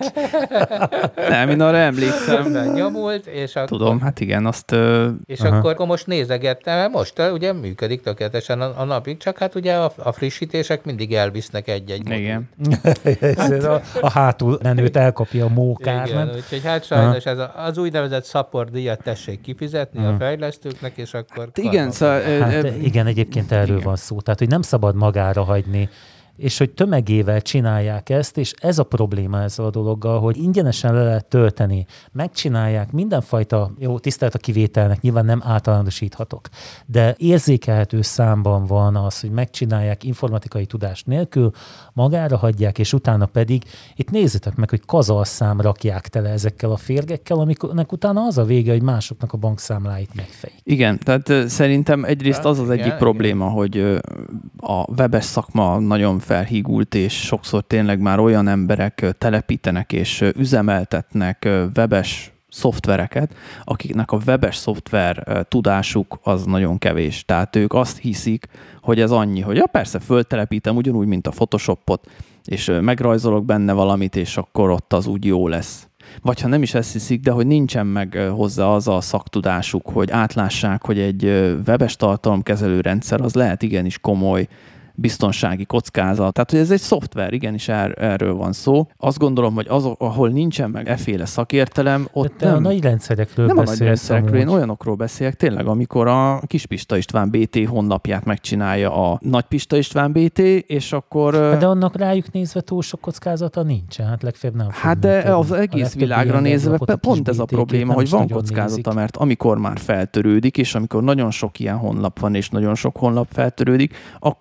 Nem, én arra emlékszem. WordPress nyomult, és akkor... Tudom, hát igen, azt... Ö, És Aha. akkor, akkor most nézegettem, mert most uh, ugye működik tökéletesen a, a napig, csak hát ugye a, a frissítések mindig elvisznek egy-egy modult. igen. Ez a, a hátul menőt elkapja a mókár, Igen, nem? úgyhogy hát sajnos ez a, az úgynevezett support díjat tessék kifizetni a fejlesztőknek, és akkor... Igen, karban- szóval... ö, Hát ö, igen, egyébként erről igen. van szó. Tehát, hogy nem szabad magára hagyni, és hogy tömegével csinálják ezt, és ez a probléma ezzel a dologgal, hogy ingyenesen le lehet tölteni, megcsinálják mindenfajta, jó, tisztelt a kivételnek, nyilván nem általánosíthatok, de érzékelhető számban van az, hogy megcsinálják informatikai tudás nélkül, magára hagyják, és utána pedig, itt nézzétek meg, hogy kazalszám rakják tele ezekkel a férgekkel, amiknek utána az a vége, hogy másoknak a bankszámláit megfejik. Igen, tehát ö, szerintem egyrészt Hát az az igen, egyik igen. probléma, hogy ö, a webes szakma nagyon felhígult, és sokszor tényleg már olyan emberek ö, telepítenek és ö, üzemeltetnek ö, webes szoftvereket, akiknek a webes szoftver ö, tudásuk az nagyon kevés. Tehát ők azt hiszik, hogy ez annyi, hogy ja persze föltelepítem ugyanúgy, mint a Photoshopot, és ö, megrajzolok benne valamit, és akkor ott az úgy jó lesz. Vagy ha nem is ezt hiszik, de hogy nincsen meg ö, hozzá az a szaktudásuk, hogy átlássák, hogy egy ö, webes tartalomkezelő rendszer az lehet igenis komoly biztonsági kockázat. Tehát, hogy ez egy szoftver, igenis er, erről van szó. Azt gondolom, hogy az, ahol nincsen meg efféle szakértelem, ott De te a nem, nagy rendszerekről nem a nagy beszélsz rendszerekről, én amúgy. olyanokról beszélek tényleg, amikor a Kispista István bé té honlapját megcsinálja a Nagypista István bé té, és akkor... ö, Hát de annak rájuk nézve túl sok kockázata nincsen, hát legfeljebb nem fog Hát de működni. az A egész legtöbb világra ilyen nézve weblapot a pont kis ez a bé té-ket probléma, nem hogy is van nagyon kockázata, nézik. mert amikor már feltörődik, és amikor nagyon sok ilyen honlap van, és nagyon sok honlap feltörődik, akkor ez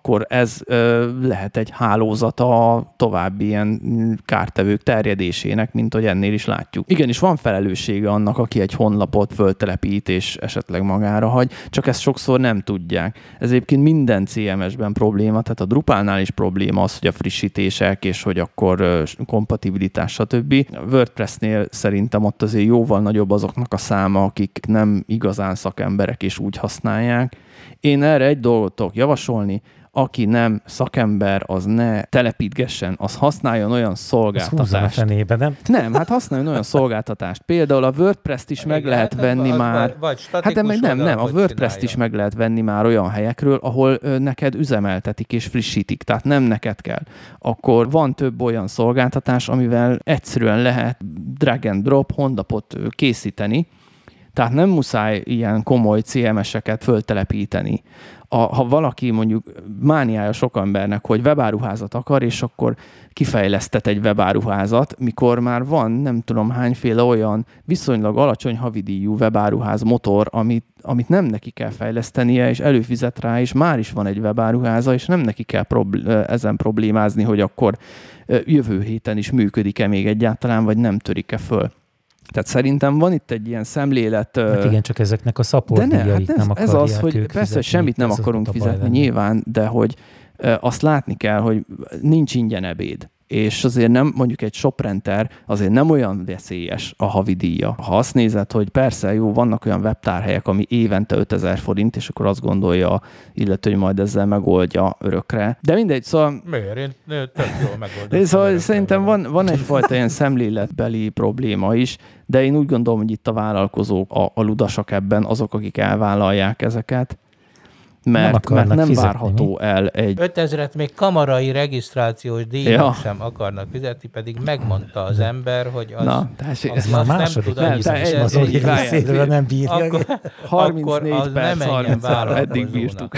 ez ö, lehet egy hálózata a további ilyen kártevők terjedésének, mint hogy ennél is látjuk. Igenis van felelőssége annak, aki egy honlapot föltelepít és esetleg magára hagy, csak ezt sokszor nem tudják. Ez egyébként minden cé em es-ben probléma, tehát a Drupalnál is probléma az, hogy a frissítések és hogy akkor ö, kompatibilitás, stb. A WordPressnél szerintem ott azért jóval nagyobb azoknak a száma, akik nem igazán szakemberek és úgy használják. Én erre egy dolgot tudok javasolni, aki nem szakember, az ne telepítgessen, az használjon olyan szolgáltatást. Ez fenébe, nem? Nem, hát használjon olyan szolgáltatást. Például a WordPress-t is meg igen, lehet venni már. Vagy hát de meg nem, nem, a WordPress-t is meg lehet venni már olyan helyekről, ahol ö, neked üzemeltetik és frissítik, tehát nem neked kell. Akkor van több olyan szolgáltatás, amivel egyszerűen lehet drag and drop honlapot készíteni, tehát nem muszáj ilyen komoly cé em es-eket föltelepíteni. A, ha valaki mondjuk mániája sok embernek, hogy webáruházat akar, és akkor kifejlesztet egy webáruházat, mikor már van nem tudom hányféle olyan viszonylag alacsony havidíjú webáruház motor, amit, amit nem neki kell fejlesztenie, és előfizet rá, és már is van egy webáruháza, és nem neki kell probl- ezen problémázni, hogy akkor jövő héten is működik-e még egyáltalán, vagy nem törik-e föl. Tehát szerintem van itt egy ilyen szemlélet... Hát igen, csak ezeknek a szaportdíjait ne, hát ez, nem akarják ez az, hogy ők persze, hogy semmit nem akarunk fizetni nyilván, de hogy azt látni kell, hogy nincs ingyen ebéd. És azért nem, mondjuk egy ShopRenter azért nem olyan veszélyes a havidíja. Ha azt nézed, hogy persze jó, vannak olyan webtárhelyek, ami évente ötezer forint, és akkor azt gondolja, illetve, hogy majd ezzel megoldja örökre. De mindegy, szóval... Miért? Én tök jól megoldom. Szóval szerintem van, van egyfajta ilyen szemléletbeli probléma is, de én úgy gondolom, hogy itt a vállalkozók, a, a ludasak ebben, azok, akik elvállalják ezeket, mert nem, mert nem fizetni, várható mi? el egy... ötezret még kamarai regisztrációs díjat ja. sem akarnak fizetni, pedig megmondta az ember, hogy az, Na, az, ez már második részéről nem bírja. Akkor, harmincnégy akkor az perc, nem harminchárom, eddig bírtuk.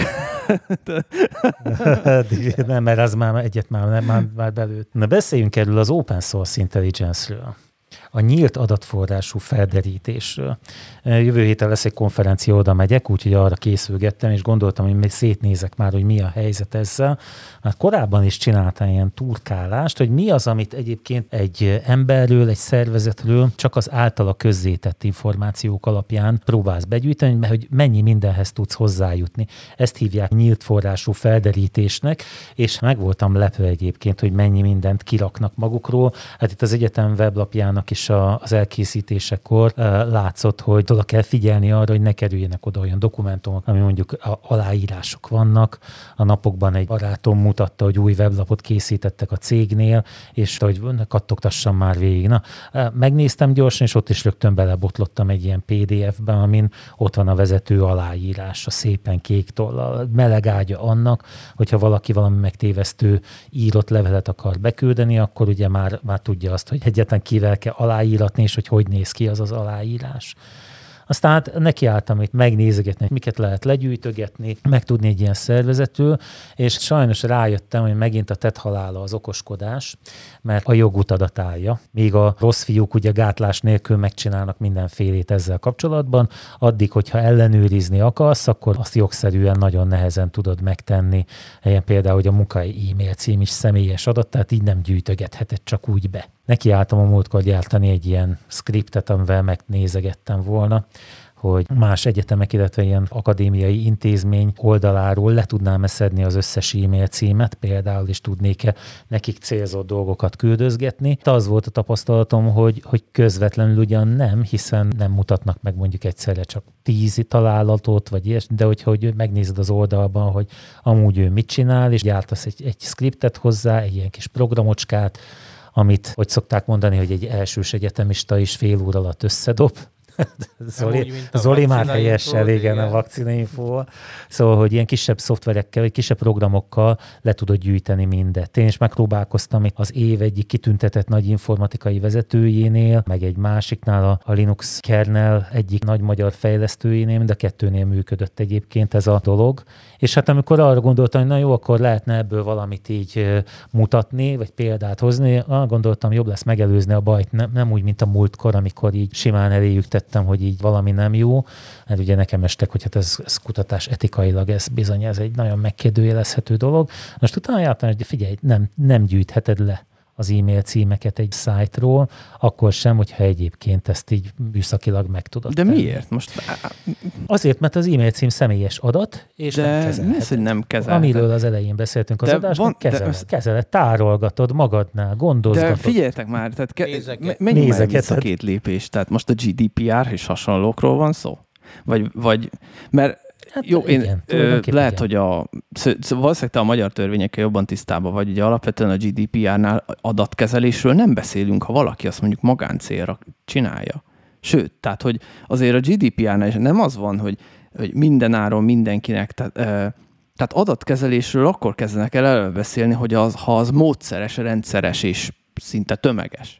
Nem, mert az már egyet már, nem, már, már belőtt. Na beszéljünk erről az Open Source Intelligence-ről. A nyílt adatforrású felderítésről. Jövő héten lesz egy konferencia, oda megyek, úgyhogy arra készülgettem, és gondoltam, hogy még szétnézek már, hogy mi a helyzet ezzel. Már korábban is csináltam ilyen turkálást, hogy mi az, amit egyébként egy emberről, egy szervezetről csak az általa közzétett információk alapján próbálsz begyűjteni, mert hogy mennyi mindenhez tudsz hozzájutni. Ezt hívják nyílt forrású felderítésnek, és meg voltam lepve egyébként, hogy mennyi mindent kiraknak magukról. Hát itt az egyetem weblapjának is az elkészítésekor látszott, hogy oda kell figyelni arra, hogy ne kerüljenek oda olyan dokumentumok, ami mondjuk aláírások vannak. A napokban egy barátom mutatta, hogy új weblapot készítettek a cégnél, és hogy kattogtassam már végig. Na, megnéztem gyorsan, és ott is rögtön belebotlottam egy ilyen pé dé ef-ben, amin ott van a vezető aláírása, szépen kék tollal, meleg ágya annak, hogyha valaki valami megtévesztő írott levelet akar beküldeni, akkor ugye már, már tudja azt, hogy egyetlen kivel kell aláíratni, és hogy hogy néz ki az az aláírás. Aztán hát nekiálltam itt megnézegetni, miket lehet legyűjtögetni, megtudni egy ilyen szervezetről, és sajnos rájöttem, hogy megint a tett halála az okoskodás, mert a jogutadat állja. Míg a rossz fiúk ugye gátlás nélkül megcsinálnak mindenfélét ezzel kapcsolatban, addig, hogyha ellenőrizni akarsz, akkor azt jogszerűen nagyon nehezen tudod megtenni. Ilyen például, hogy a munkai e-mail cím is személyes adat, tehát így nem gyűjtögetheted csak úgy be. Nekiálltam a múltkor gyártani egy ilyen scriptet, amivel megnézegettem volna, hogy más egyetemek, illetve ilyen akadémiai intézmény oldaláról le tudnám szedni az összes e-mail címet, például is tudnék-e nekik célzott dolgokat küldözgetni. De az volt a tapasztalatom, hogy, hogy közvetlenül ugyan nem, hiszen nem mutatnak meg mondjuk egyszerre csak tíz találatot, vagy ilyesmi, de hogyha hogy megnézed az oldalban, hogy amúgy ő mit csinál, és gyártasz egy, egy scriptet hozzá, egy ilyen kis programocskát, amit, hogy szokták mondani, hogy egy elsős egyetemista is fél óra alatt összedob. Zoli, úgy, Zoli már helyesen régen a vakcinainfóval. Szóval, hogy ilyen kisebb szoftverekkel, vagy kisebb programokkal le tudod gyűjteni mindet. Én is megpróbálkoztam az év egyik kitüntetett nagy informatikai vezetőjénél, meg egy másiknál a, a Linux kernel egyik nagy magyar fejlesztőjénél, mind a kettőnél működött egyébként ez a dolog. És hát amikor arra gondoltam, hogy na jó, akkor lehetne ebből valamit így mutatni, vagy példát hozni, arra gondoltam, jobb lesz megelőzni a bajt, nem, nem úgy, mint a múltkor, amikor így simán eléjük értettem, hogy így valami nem jó, mert ugye nekem estek, hogy hát ez, ez kutatás etikailag, ez bizony, ez egy nagyon megkérdőjelezhető dolog. Most utána jártam, hogy figyelj, nem, nem gyűjtheted le az e-mail címeket egy szájtról, akkor sem, hogyha egyébként ezt így műszakilag meg tudod De tenni. miért? Most... Azért, mert az e-mail cím személyes adat, és de nem kezelheted. Mi az, hogy nem kezelheted? Amiről az elején beszéltünk az de adásban, van, kezeled, de... kezeled, tárolgatod magadnál, gondozgatod. De figyeljetek már, tehát ke... Nézeket. menjünk már Nézeket. vissza két lépés. Tehát most a gé dé pé er és hasonlókról van szó? Vagy, vagy mert Hát jó, én, igen, ö, lehet, igen. hogy a, szó, valószínűleg te a magyar törvényekkel jobban tisztában vagy, ugye alapvetően a gé dé pé er-nál adatkezelésről nem beszélünk, ha valaki azt mondjuk magáncélra csinálja. Sőt, tehát, hogy azért a gé dé pé er-nál is nem az van, hogy, hogy minden áron mindenkinek, tehát, ö, tehát adatkezelésről akkor kezdenek el elbeszélni, hogy az, ha az módszeres, rendszeres és szinte tömeges.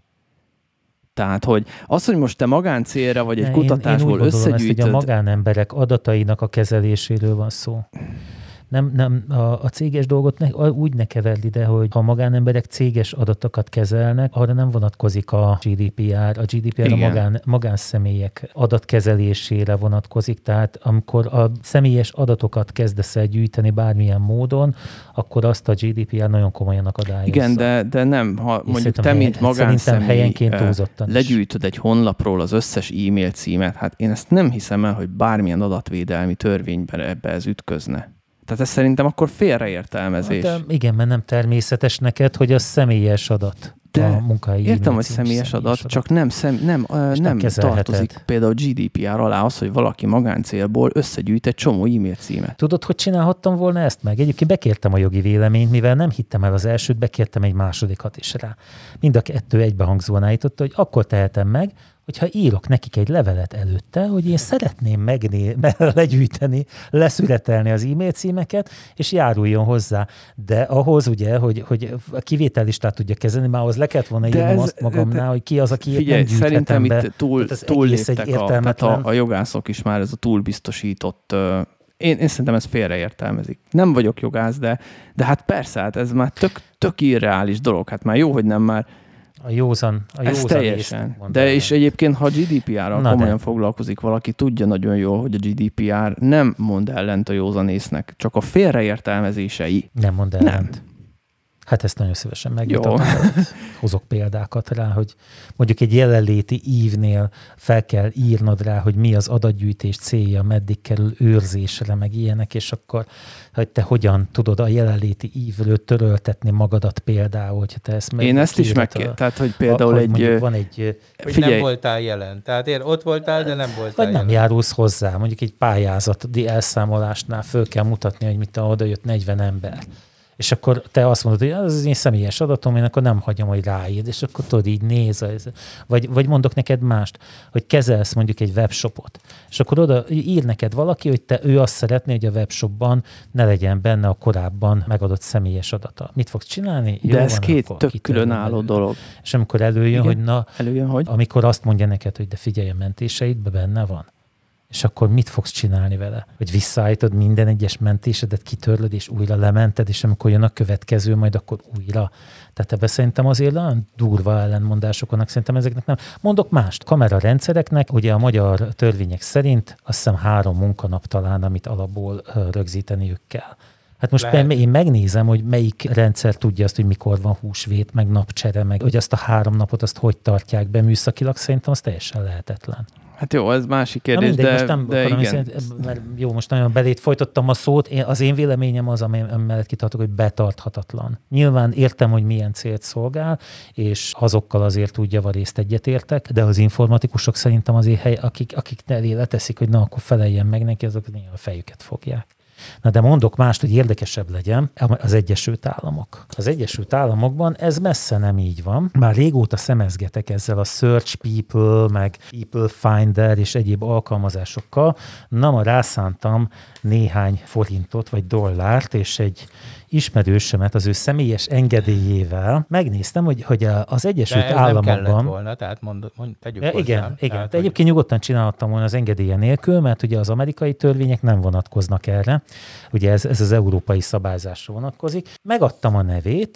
Tehát, hogy az, hogy most te magáncélra vagy egy én, kutatásból én összegyűjtöd... Ezt, hogy a magánemberek adatainak a kezeléséről van szó. Nem, nem a, a céges dolgot ne, úgy ne keverd ide, hogy ha a magánemberek céges adatokat kezelnek, arra nem vonatkozik a gé dé pé er. A gé dé pé er Igen. a magán, magánszemélyek adatkezelésére vonatkozik, tehát amikor a személyes adatokat kezdesz el gyűjteni bármilyen módon, akkor azt a gé dé pé er nagyon komolyan akadályozza. Igen, de, de nem, ha És mondjuk te, mint magánszemély legyűjtöd egy honlapról az összes e-mail címet, hát én ezt nem hiszem el, hogy bármilyen adatvédelmi törvényben ebbe ez ütközne. Tehát ez szerintem akkor félreértelmezés. Hát, igen, mert nem természetes neked, hogy az személyes adat. De a munkai értem, hogy személyes, személyes adat, adat, csak nem, szem, nem, nem, nem tartozik például a gé dé pé er alá az, hogy valaki magáncélból összegyűjt egy csomó e-mail címet. Tudod, hogy csinálhattam volna ezt meg? Egyébként bekértem a jogi véleményt, mivel nem hittem el az elsőt, bekértem egy másodikat is rá. Mind a kettő egybehangzóan állította, hogy akkor tehetem meg, hogyha írok nekik egy levelet előtte, hogy én szeretném megné- legyűjteni, leszületelni az e-mail címeket, és járuljon hozzá. De ahhoz ugye, hogy, hogy a kivétellistát tudja kezelni, már ahhoz le kellett volna írnom azt magamnál, hogy ki az, aki figyelj, nem gyűjthetem be. Szerintem itt túl, túl léptek a, tehát a, a jogászok is már ez a túlbiztosított... Uh, én, én szerintem ez félreértelmezik. Nem vagyok jogász, de, de hát persze, hát ez már tök, tök irreális dolog. Hát már jó, hogy nem már A józan, a józan Ez teljesen. De és egyébként, ha a gé dé pé er-ral komolyan de. foglalkozik valaki, tudja nagyon jól, hogy a gé dé pé er nem mond ellent a józanésznek, csak a félreértelmezései. Nem mond ellent. Nem. Hát ezt nagyon szívesen megmutatom. Hozok példákat rá, hogy mondjuk egy jelenléti ívnél fel kell írnod rá, hogy mi az adatgyűjtés célja, meddig kerül őrzésre, meg ilyenek, és akkor, hogy te hogyan tudod a jelenléti ívről töröltetni magadat például, hogyha te ezt meg... Én ezt is megkértem. Tehát, hogy például egy... van egy... Hogy figyelj, nem voltál jelen. Tehát én ott voltál, de nem voltál vagy jelen. nem járulsz hozzá. Mondjuk egy pályázati elszámolásnál föl kell mutatni, hogy mit oda jött negyven ember. És akkor te azt mondod, hogy az az én személyes adatom, én akkor nem hagyom, hogy ráírd, és akkor tudod, így néz. Vagy, vagy mondok neked mást, hogy kezelsz mondjuk egy webshopot, és akkor oda ír neked valaki, hogy te ő azt szeretné, hogy a webshopban ne legyen benne a korábban megadott személyes adata. Mit fogsz csinálni? De Jó, ez van, két tök különálló dolog. És amikor előjön, Igen? hogy na, előjön, hogy? amikor azt mondja neked, hogy de figyelj, a mentéseidben benne van. És akkor mit fogsz csinálni vele? Hogy visszaállítod minden egyes mentésedet, kitörlöd, és újra lemented, és amikor jön a következő, majd akkor újra. Tehát ebben szerintem azért olyan durva ellentmondások vannak, szerintem ezeknek nem. Mondok mást. Kamerarendszereknek, ugye a magyar törvények szerint azt hiszem három munkanap talán, amit alapból rögzíteniük kell. Hát most Lehet. én megnézem, hogy melyik rendszer tudja azt, hogy mikor van húsvét, meg napcsere, meg hogy azt a három napot azt hogy tartják be műszakilag, szerintem az teljesen lehetetlen. Hát jó, ez másik kérdés, mindegy, de, most nem de akarom, igen. Szerint, mert jó, most nagyon belét folytottam a szót. Én, az én véleményem az, amellett kitartok, hogy betarthatatlan. Nyilván értem, hogy milyen célt szolgál, és azokkal azért úgy javarészt egyetértek, de az informatikusok szerintem azért, hely, akik, akik elé leteszik, hogy na, akkor feleljen meg neki, azok a fejüket fogják. Na de mondok mást, hogy érdekesebb legyen, az Egyesült Államok. Az Egyesült Államokban ez messze nem így van. Már régóta szemezgetek ezzel a Search People, meg People Finder és egyéb alkalmazásokkal. Na, ma rászántam néhány forintot vagy dollárt, és egy ismerősömet az ő személyes engedélyével megnéztem, hogy, hogy az Egyesült De Államokban... nem kellett volna, tehát mond, mond, tegyük ja, hozzá. Igen, igen. Tehát, egyébként hogy... nyugodtan csinálhattam volna az engedélye nélkül, mert ugye az amerikai törvények nem vonatkoznak erre. Ugye ez, ez az európai szabályzásra vonatkozik. Megadtam a nevét,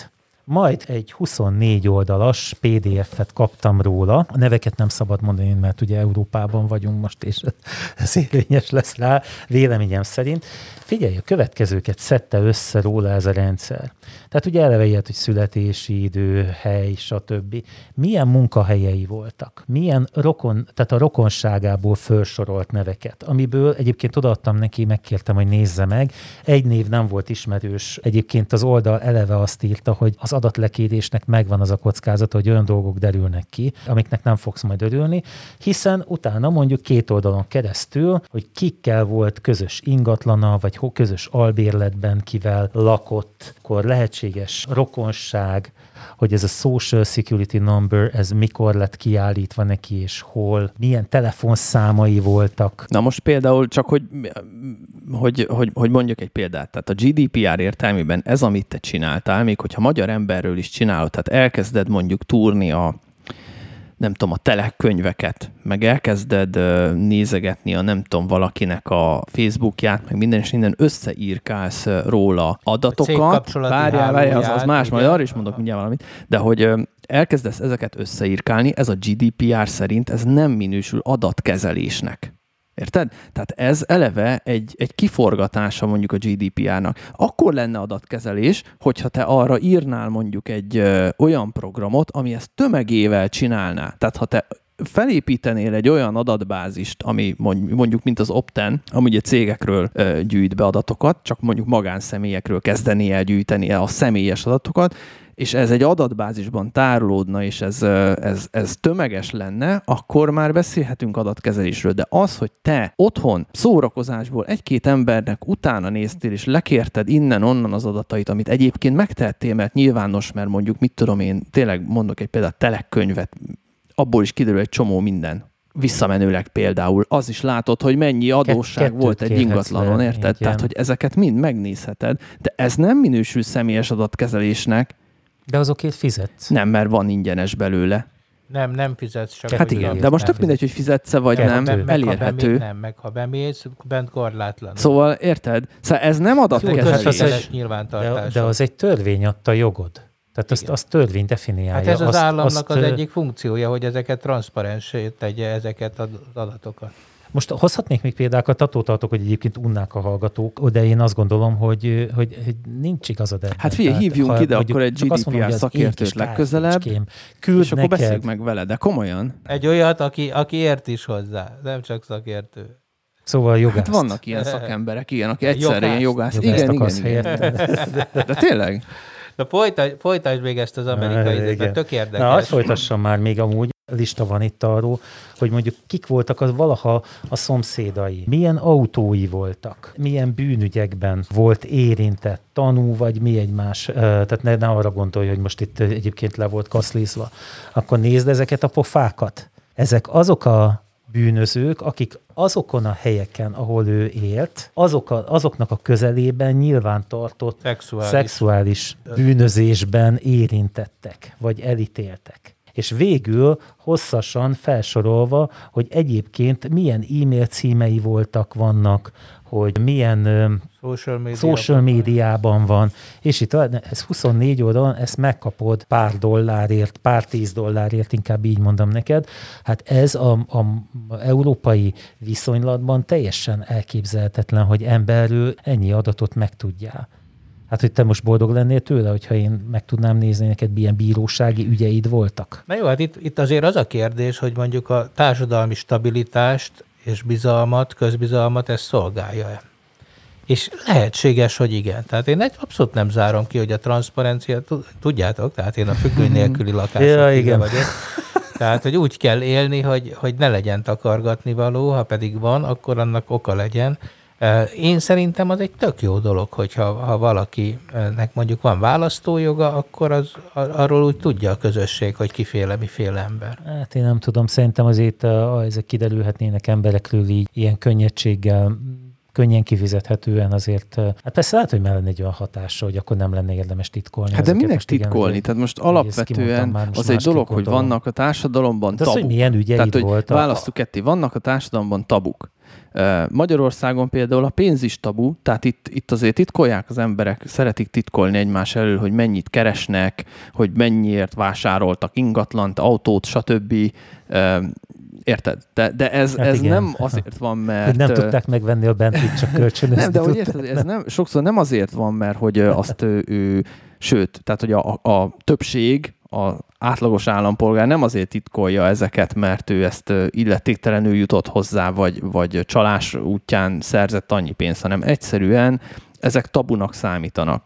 Majd egy huszonnégy oldalas pé dé ef-et kaptam róla. A neveket nem szabad mondani, mert ugye Európában vagyunk most, és ez érvényes lesz rá, véleményem szerint. Figyelj, a következőket szedte össze róla ez a rendszer. Tehát ugye eleve ilyet, hogy születési idő, hely, stb. Milyen munkahelyei voltak, milyen rokon, tehát a rokonságából felsorolt neveket, amiből egyébként odaadtam neki, megkértem, hogy nézze meg. Egy név nem volt ismerős. Egyébként az oldal eleve azt írta, hogy az adatlekérésnek megvan az a kockázata, hogy olyan dolgok derülnek ki, amiknek nem fogsz majd örülni, hiszen utána mondjuk két oldalon keresztül, hogy kikkel volt közös ingatlana, vagy közös albérletben kivel lakott, akkor lehetséges rokonság, hogy ez a Social Security Number, ez mikor lett kiállítva neki, és hol, milyen telefonszámai voltak. Na most például csak, hogy, hogy, hogy, hogy mondjak egy példát. Tehát a gé dé pé er értelmében ez, amit te csináltál, még hogyha magyar emberről is csinálod, tehát elkezded mondjuk túrni a nem tudom, a telekönyveket, meg elkezded uh, nézegetni a nem tudom, valakinek a Facebookját, meg minden és minden összeírkálsz uh, róla adatokat. Várjál, várjál, az, az más, majd arra is mondok mindjárt valamit, de hogy uh, elkezdesz ezeket összeírkálni, ez a gé dé pé er szerint ez nem minősül adatkezelésnek. Érted? Tehát ez eleve egy, egy kiforgatása mondjuk a gé dé pé er-nak. Akkor lenne adatkezelés, hogyha te arra írnál mondjuk egy ö, olyan programot, ami ezt tömegével csinálná. Tehát ha te felépítenél egy olyan adatbázist, ami mondjuk, mint az Opten, ami ugye cégekről ö, gyűjt be adatokat, csak mondjuk magánszemélyekről kezdené el gyűjteni a személyes adatokat, és ez egy adatbázisban tárolódna, és ez, ez, ez tömeges lenne, akkor már beszélhetünk adatkezelésről. De az, hogy te otthon szórakozásból egy-két embernek utána néztél, és lekérted innen-onnan az adatait, amit egyébként megtehettél, mert nyilvános, mert mondjuk, mit tudom én, tényleg mondok egy példát, telekönyvet, abból is kiderül egy csomó minden. Visszamenőleg például az is látod, hogy mennyi adósság Ket, volt egy ingatlanon, érted? Igen. Tehát, hogy ezeket mind megnézheted, de ez nem minősül személyes adatkezelésnek. De azokért fizetsz. Nem, mert van ingyenes belőle. Nem, nem fizetsz. Csak hát igen, de most tök mindegy, hogy fizetsz-e vagy Kettő. nem, meg, elérhető. Meg, nem, meg ha bemész, bent korlátlan. Szóval érted? Szóval ez nem adatkezelés. De, de az egy törvény adta jogod. Tehát azt, azt törvény definiálja. Hát ez az azt, államnak azt, az egyik funkciója, hogy ezeket transzparensé tegye, ezeket az adatokat. Most hozhatnék még példákat, attól tartok, hogy egyébként unnák a hallgatók, de én azt gondolom, hogy, hogy, hogy nincs igazad ebben. Hát figyelj, hívjunk Tehát, ide akkor egy gé dé pé er szakértőt legközelebb, küld és akkor beszéljük meg vele, de komolyan. Egy olyat, aki, aki ért is hozzá, nem csak szakértő. Szóval jogászt. Hát vannak ilyen szakemberek, igen, aki egyszerre ilyen jogász. Igen, igen, igen. De, de tényleg? De folytasd, folytasd még ezt az amerikai, mert tök érdekes. Na, azt folytassam már még amúgy. Lista van itt arról, hogy mondjuk kik voltak az valaha a szomszédai, milyen autói voltak, milyen bűnügyekben volt érintett tanú, vagy mi egymás, tehát ne, ne arra gondolj, hogy most itt egyébként le volt kaszlészva. Akkor nézd ezeket a pofákat. Ezek azok a bűnözők, akik azokon a helyeken, ahol ő élt, azok a, azoknak a közelében nyilván tartott szexuális. szexuális bűnözésben érintettek, vagy elítéltek. És végül hosszasan felsorolva, hogy egyébként milyen e-mail címei voltak, vannak, hogy milyen social, media social médiában van, és itt ez huszonnégy oldalon, ezt megkapod pár dollárért, pár tíz dollárért, inkább így mondom neked. Hát ez a, a európai viszonylatban teljesen elképzelhetetlen, hogy emberről ennyi adatot megtudjál. Hát, hogy te most boldog lennél tőle, hogyha én meg tudnám nézni, neked milyen bírósági ügyeid voltak? Na jó, hát itt, itt azért az a kérdés, hogy mondjuk a társadalmi stabilitást és bizalmat, közbizalmat ez szolgálja-e? És lehetséges, hogy igen. Tehát én egy abszolút nem zárom ki, hogy a transzparencia, tudjátok, tehát én a függöny nélküli lakáson ja, igen. vagyok. Tehát, hogy úgy kell élni, hogy, hogy ne legyen takargatni való, ha pedig van, akkor annak oka legyen. Én szerintem az egy tök jó dolog, hogyha ha valakinek mondjuk van választójoga, akkor az, arról úgy tudja a közösség, hogy kiféle, miféle ember. Hát én nem tudom, szerintem azért ezek kiderülhetnének emberekről így ilyen könnyedséggel, könnyen kifizethetően azért, hát persze lehet, hogy már lenne egy olyan hatása, hogy akkor nem lenne érdemes titkolni. Hát de minek titkolni? Igen, tehát most alapvetően most az egy dolog, hogy vannak a társadalomban tabuk. Az, hogy milyen ügyeid tehát, hogy volt. Választjuk ketté, vannak a társadalomban tabuk. Magyarországon például a pénz is tabu, tehát itt, itt azért titkolják az emberek, szeretik titkolni egymás elől, hogy mennyit keresnek, hogy mennyiért vásároltak ingatlant, autót, stb. Érted? De, de ez, hát ez nem azért van, mert... Hogy nem tudták megvenni a Bentley-t, csak kölcsönözni. Nem, de hogy érted, ez nem, sokszor nem azért van, mert hogy azt ő, ő sőt, tehát hogy a, a többség, az átlagos állampolgár nem azért titkolja ezeket, mert ő ezt illetéktelenül jutott hozzá, vagy, vagy csalás útján szerzett annyi pénzt, hanem egyszerűen ezek tabunak számítanak.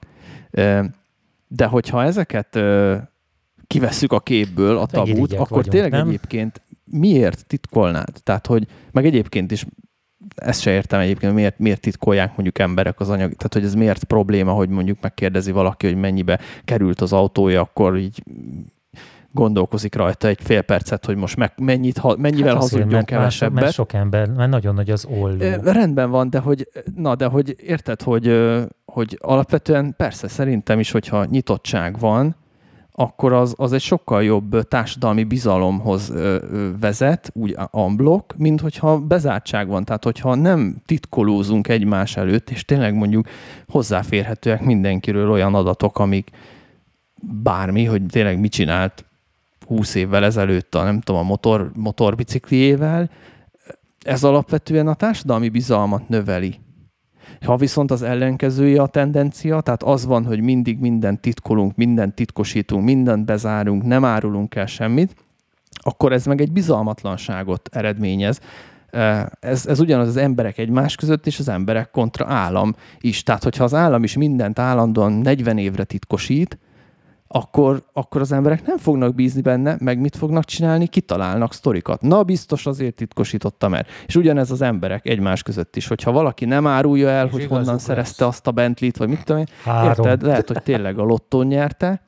De hogyha ezeket kivesszük a képből, a tabut, akkor vagyunk, tényleg nem? Egyébként miért titkolnád? Tehát, hogy meg egyébként is ezt se értem egyébként, miért, miért titkolják mondjuk emberek az anyag, tehát hogy ez miért probléma, hogy mondjuk megkérdezi valaki, hogy mennyibe került az autója, akkor így gondolkozik rajta egy fél percet, hogy most meg, mennyit, ha, mennyivel hát hazudjon mert kevesebbet. Mert sok ember, mert nagyon nagy az olló. Rendben van, de hogy, na, de hogy érted, hogy, hogy alapvetően persze szerintem is, hogyha nyitottság van, akkor az, az egy sokkal jobb társadalmi bizalomhoz vezet, úgy unblock, mint hogyha bezártság van. Tehát, hogyha nem titkolózunk egymás előtt, és tényleg mondjuk hozzáférhetőek mindenkiről olyan adatok, amik bármi, hogy tényleg mit csinált húsz évvel ezelőtt a, nem tudom, a motor, motorbicikliével, ez alapvetően a társadalmi bizalmat növeli. Ha viszont az ellenkezője a tendencia, tehát az van, hogy mindig mindent titkolunk, mindent titkosítunk, mindent bezárunk, nem árulunk el semmit, akkor ez meg egy bizalmatlanságot eredményez. Ez, ez ugyanaz az emberek egymás között, és az emberek kontra állam is. Tehát, hogyha az állam is mindent állandóan negyven évre titkosít, akkor, akkor az emberek nem fognak bízni benne, meg mit fognak csinálni, kitalálnak sztorikat. Na, biztos azért titkosítottam el. És ugyanez az emberek egymás között is, hogyha valaki nem árulja el, és hogy honnan lesz. Szerezte azt a Bentley-t, vagy mit tudom én, érted? Lehet, hogy tényleg a lottón nyerte,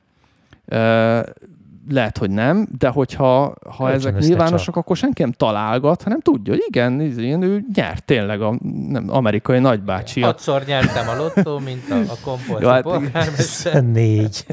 lehet, hogy nem, de hogyha ha ezek nyilvánosak, csak. Akkor senki nem találgat, hanem tudja, hogy igen, ő nyert tényleg a nem, amerikai nagybácsi. Hatszor nyertem a lottó, mint a, a kompolci hát, polgármester. Négy.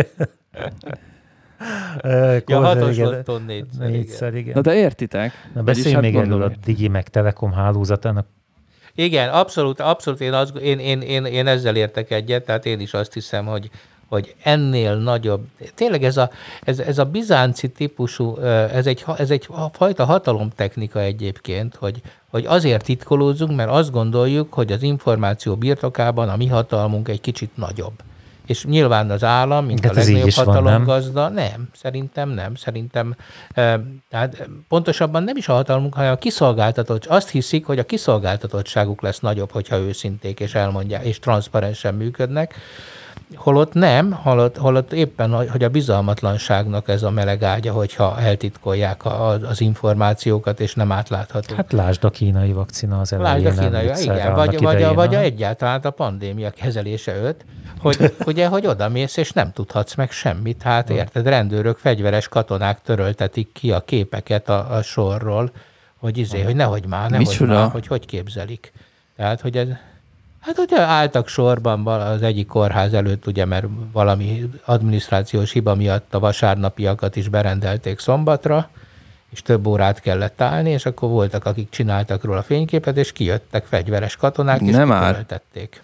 Ja, hatos lottón négyszer, négyszer, igen. Na de értitek? Na beszéljünk még erről a Digi meg Telekom hálózatának. Igen, abszolút, abszolút én, az, én, én, én, én ezzel értek egyet, tehát én is azt hiszem, hogy hogy ennél nagyobb, tényleg ez a, ez, ez a bizánci típusú, ez egy, ez egy fajta hatalomtechnika egyébként, hogy, hogy azért titkolózunk, mert azt gondoljuk, hogy az információ birtokában a mi hatalmunk egy kicsit nagyobb. És nyilván az állam, mint hát a legnagyobb hatalomgazda, nem? nem, szerintem nem, szerintem, tehát pontosabban nem is a hatalmunk, hanem a kiszolgáltatott, azt hiszik, hogy a kiszolgáltatottságuk lesz nagyobb, hogyha őszinték és elmondják, és transzparensen működnek. Holott nem, holott, holott éppen, hogy a bizalmatlanságnak ez a meleg ágya, hogyha eltitkolják a, az információkat, és nem átlátható. Hát lásd a kínai vakcina az elején. Lásd a kínai, igen, vagy, vagy, a, vagy a egyáltalán a pandémia kezelése öt, hogy ugye, hogy odamész, és nem tudhatsz meg semmit. Hát érted, rendőrök, fegyveres katonák töröltetik ki a képeket a, a sorról, hogy izé, hogy nehogy már, nehogy már, hogy hogy képzelik. Tehát, hogy ez... Hát ugye álltak sorban az egyik kórház előtt, ugye, mert valami adminisztrációs hiba miatt a vasárnapiakat is berendelték szombatra, és több órát kellett állni, és akkor voltak, akik csináltak róla fényképet, és kijöttek fegyveres katonák, és kitöröltették.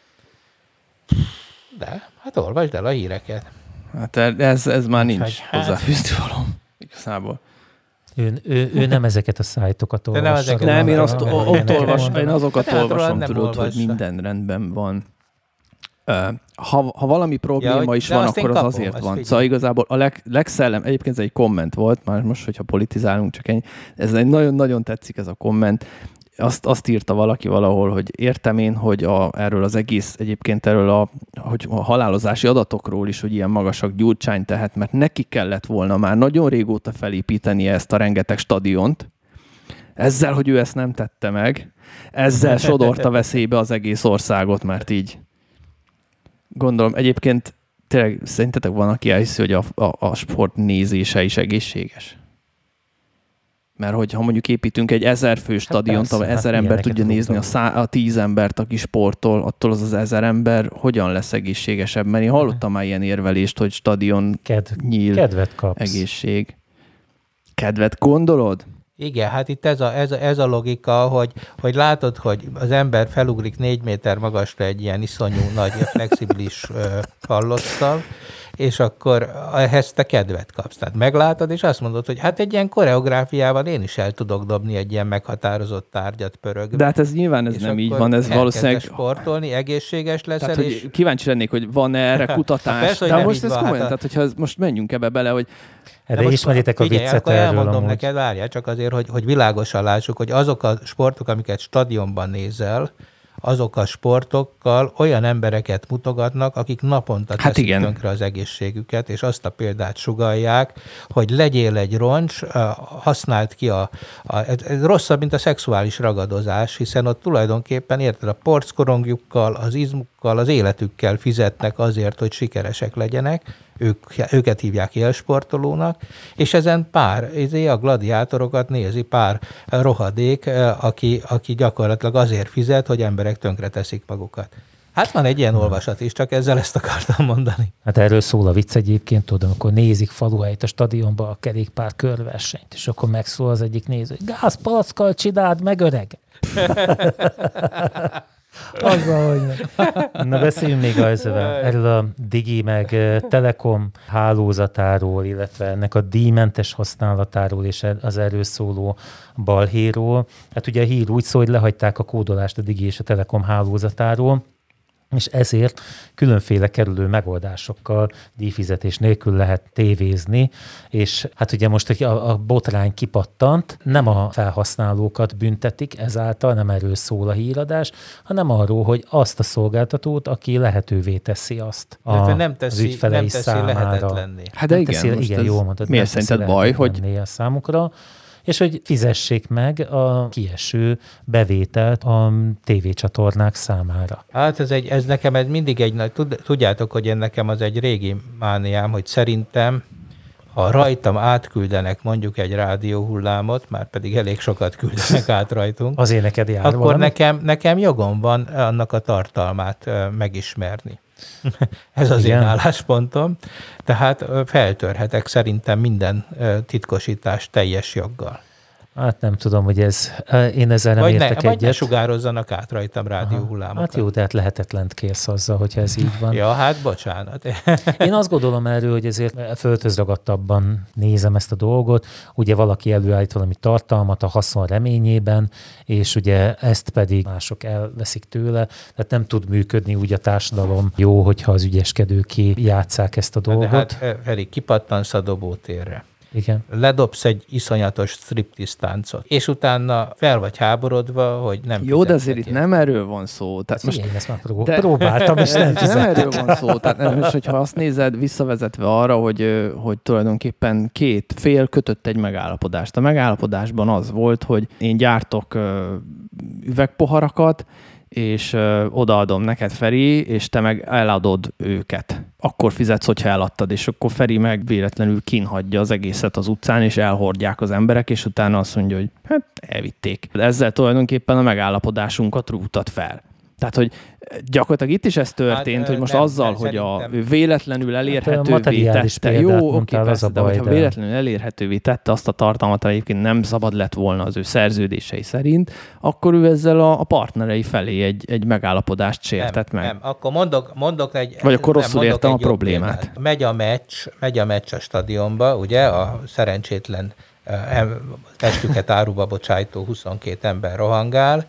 De, hát olvasd el a híreket. Hát ez, ez már nincs hát, hozzáfűzni való igazából. Ő, ő, ő nem ezeket a szájtokat olvassa. Nem, nem, én, azt, ott olvas, én azokat hát olvasom, tudod, olvassa. Hogy minden rendben van. Ha, ha valami probléma ja, is van, akkor az kapom, azért van. Figyelj. Szóval igazából a leg, legszellem, egyébként ez egy komment volt, már most, hogyha politizálunk, csak ennyi. Ez egy nagyon-nagyon tetszik ez a komment. Azt, azt írta valaki valahol, hogy értem én, hogy a, erről az egész, egyébként erről a, hogy a halálozási adatokról is, hogy ilyen magasak Gyurcsány tehet, mert neki kellett volna már nagyon régóta felépítenie ezt a rengeteg stadiont. Ezzel, hogy ő ezt nem tette meg, ezzel sodorta veszélybe az egész országot, mert így gondolom, egyébként tényleg szerintetek van, aki elhiszi, hogy a, a, a sport nézése is egészséges? Mert hogyha mondjuk építünk egy ezerfő stadiont, persze, ahol hát ezer ember ilyeneket tudja nézni a, tudok. szá- a tíz embert, aki sportol, attól az az ezer ember hogyan lesz egészségesebb? Mert én hallottam már ilyen érvelést, hogy stadion Ked- nyíl, kedvet kapsz. egészség. Kedvet gondolod? Igen, hát itt ez a, ez a, ez a logika, hogy, hogy látod, hogy az ember felugrik négy méter magasra egy ilyen iszonyú nagy, flexibilis kallottal, és akkor ehhez te kedvet kapsz. Tehát meglátod, és azt mondod, hogy hát egy ilyen koreográfiával én is el tudok dobni egy ilyen meghatározott tárgyat pörögve. De hát ez nyilván ez nem így van, ez valószínűleg... sportolni, egészséges leszel, Tehát, hogy és... kíváncsi lennék, hogy van-e erre kutatás. Persze, hogy de nem most így ez van, komolyan, hát a- tehát hogyha ez, most menjünk ebbe bele, hogy Erre most ismeritek a figyelj, viccet akkor erről elmondom amúgy. neked, várjál, csak azért, hogy, hogy világosan lássuk, hogy azok a sportok, amiket stadionban nézel, azok a sportokkal olyan embereket mutogatnak, akik naponta Hát teszik igen. tönkre az egészségüket, és azt a példát sugallják, hogy legyél egy roncs, használd ki a, a ez rosszabb, mint a szexuális ragadozás, hiszen ott tulajdonképpen érted, a porckorongjukkal, az izmukkal, az életükkel fizetnek azért, hogy sikeresek legyenek, ők, őket hívják élsportolónak, és ezen pár, a gladiátorokat nézi pár rohadék, aki, aki gyakorlatilag azért fizet, hogy emberek tönkre teszik magukat. Hát van egy ilyen olvasat is, csak ezzel ezt akartam mondani. Hát erről szól a vicc egyébként, tudom, akkor nézik faluhelyt a stadionba a kerékpár körversenyt, és akkor megszól az egyik néző, hogy gázpalackkal csináld meg, öreg! Azzal, hogy na beszéljünk még az, erről a Digi meg Telekom hálózatáról, illetve ennek a díjmentes használatáról és az erről szóló balhéról. Hát ugye a hír úgy szól, hogy lehagyták a kódolást a Digi és a Telekom hálózatáról, és ezért különféle kerülő megoldásokkal díjfizetés nélkül lehet tévézni, és hát ugye most hogy a, a botrány kipattant, nem a felhasználókat büntetik ezáltal, nem erről szól a híradás, hanem arról, hogy azt a szolgáltatót, aki lehetővé teszi azt a, nem teszi, az ügyfelei nem teszi számára. lehetetlenné. hát de Nem igen, teszi, most igen, ez jól mondtad, miért nem szerinted baj, hogy a számukra, és hogy fizessék meg a kieső bevételt a tévécsatornák számára. Hát ez, egy, ez nekem ez mindig egy nagy, tud, tudjátok, hogy én nekem az egy régi mániám, hogy szerintem, ha rajtam átküldenek mondjuk egy rádióhullámot, már pedig elég sokat küldenek át rajtunk, Azért neked jár akkor valami? nekem, nekem jogom van annak a tartalmát megismerni. Ez az Igen. én álláspontom. Tehát feltörhetek szerintem minden titkosítást teljes joggal. Hát nem tudom, hogy ez, én ezzel nem Vagy ne, értek vagy egyet. ne sugározzanak át rajtam rádióhullámokat. Hát jó, de hát lehetetlent kérsz azzal, hogyha ez így van. Ja, hát bocsánat. Én azt gondolom erről, hogy ezért földhözragadtabban nézem ezt a dolgot. Ugye valaki előállít valami tartalmat a haszon reményében, és ugye ezt pedig mások elveszik tőle. Tehát nem tud működni úgy a társadalom jó, hogyha az ügyeskedők kijátsszák ezt a dolgot. De hát, Feri, kipattansz a dobótérre. Igen. Ledobsz egy iszonyatos striptease táncot, és utána fel vagy háborodva, hogy nem jó, de azért fizetnek itt érte. nem erről van szó. Tehát Most, most igen, ezt már pró- de- próbáltam, és nem nem fizettem. erről van szó. Tehát most, hogyha azt nézed visszavezetve arra, hogy, hogy tulajdonképpen két fél kötött egy megállapodást. A megállapodásban az volt, hogy én gyártok ö, üvegpoharakat, és ö, odaadom neked, Feri, és te meg eladod őket. Akkor fizetsz, hogyha eladtad, és akkor Feri meg véletlenül kínhagyja az egészet az utcán, és elhordják az emberek, és utána azt mondja, hogy hát elvitték. Ezzel tulajdonképpen a megállapodásunkat rúgtad fel. Tehát, hogy gyakorlatilag itt is ez történt, Hát, hogy most nem, azzal, nem, hogy a szerintem. ő véletlenül elérhetővé materiális tette. példát Jó, oké, mondtál, az persze, a de baj, hogyha de- véletlenül elérhetővé tette azt a tartalmat, egyébként nem szabad lett volna az ő szerződései szerint, akkor ő ezzel a, a partnerei felé egy, egy megállapodást sértett nem, meg. Nem, akkor mondok, mondok egy... Vagy akkor nem, rosszul mondok értem egy a jobb problémát. példát. Megy a meccs, megy a meccs a stadionba, ugye, a szerencsétlen eh, em- testüket áruba bocsájtó huszonkét ember rohangál,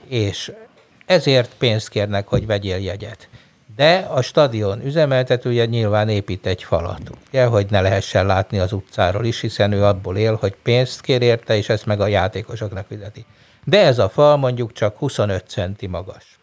és ezért pénzt kérnek, hogy vegyél jegyet. De a stadion üzemeltetője nyilván épít egy falat, ugye, hogy ne lehessen látni az utcáról is, hiszen ő abból él, hogy pénzt kér érte, és ezt meg a játékosoknak fizeti. De ez a fal mondjuk csak huszonöt centi magas,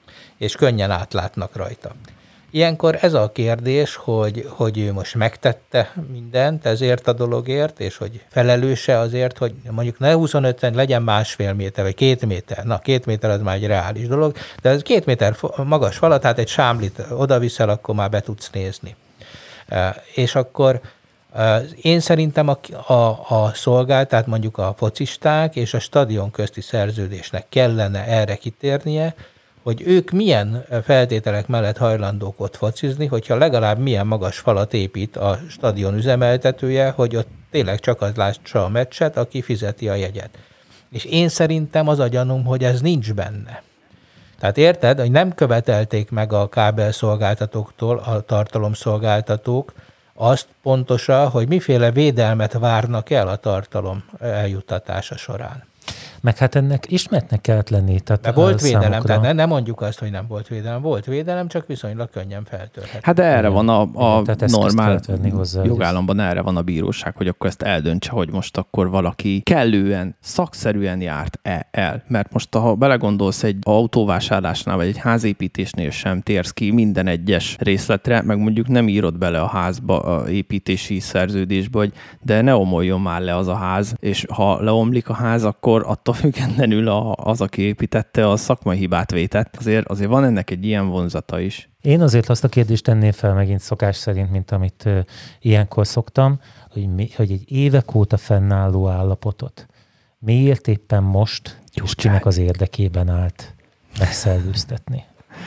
és könnyen átlátnak rajta. Ilyenkor ez a kérdés, hogy, hogy ő most megtette mindent ezért a dologért, és hogy felelőse azért, hogy mondjuk ne huszonöt cent, legyen másfél méter, vagy két méter. Na, két méter az már egy reális dolog, de ez két méter magas falat, hát egy sámlit odaviszel, akkor már be tudsz nézni. És akkor Én szerintem a, a, a szolgált, tehát mondjuk a focisták és a stadion közti szerződésnek kellene erre kitérnie, hogy ők milyen feltételek mellett hajlandók ott focizni, hogyha legalább milyen magas falat épít a stadion üzemeltetője, hogy ott tényleg csak az lássa a meccset, aki fizeti a jegyet. És én szerintem az a gyanúm, hogy ez nincs benne. Tehát érted, hogy nem követelték meg a kábelszolgáltatóktól, a tartalomszolgáltatók azt pontosan, hogy miféle védelmet várnak el a tartalom eljuttatása során. Meg hát ennek ismertnek kellett lenni. Tehát de volt védelem, számukra... tehát ne, ne mondjuk azt, hogy nem volt védelem. Volt védelem, csak viszonylag könnyen feltörhető. Hát de erre igen, van a, a igen, normál hozzá, jogállamban, erre van a bíróság, hogy akkor ezt eldöntse, hogy most akkor valaki kellően, szakszerűen járt-e el. Mert most, ha belegondolsz egy autóvásárlásnál, vagy egy házépítésnél sem térsz ki minden egyes részletre, meg mondjuk nem írod bele a házba, a építési szerződésbe, hogy de ne omoljon már le az a ház, és ha leomlik a ház, akkor attól függetlenül az, aki építette, a szakmai hibát vétett. Azért, azért van ennek egy ilyen vonzata is. Én azért azt a kérdést tenném fel megint szokás szerint, mint amit uh, ilyenkor szoktam, hogy, mi, hogy egy évek óta fennálló állapotot miért éppen most, és kinek az érdekében állt megszellőztetni?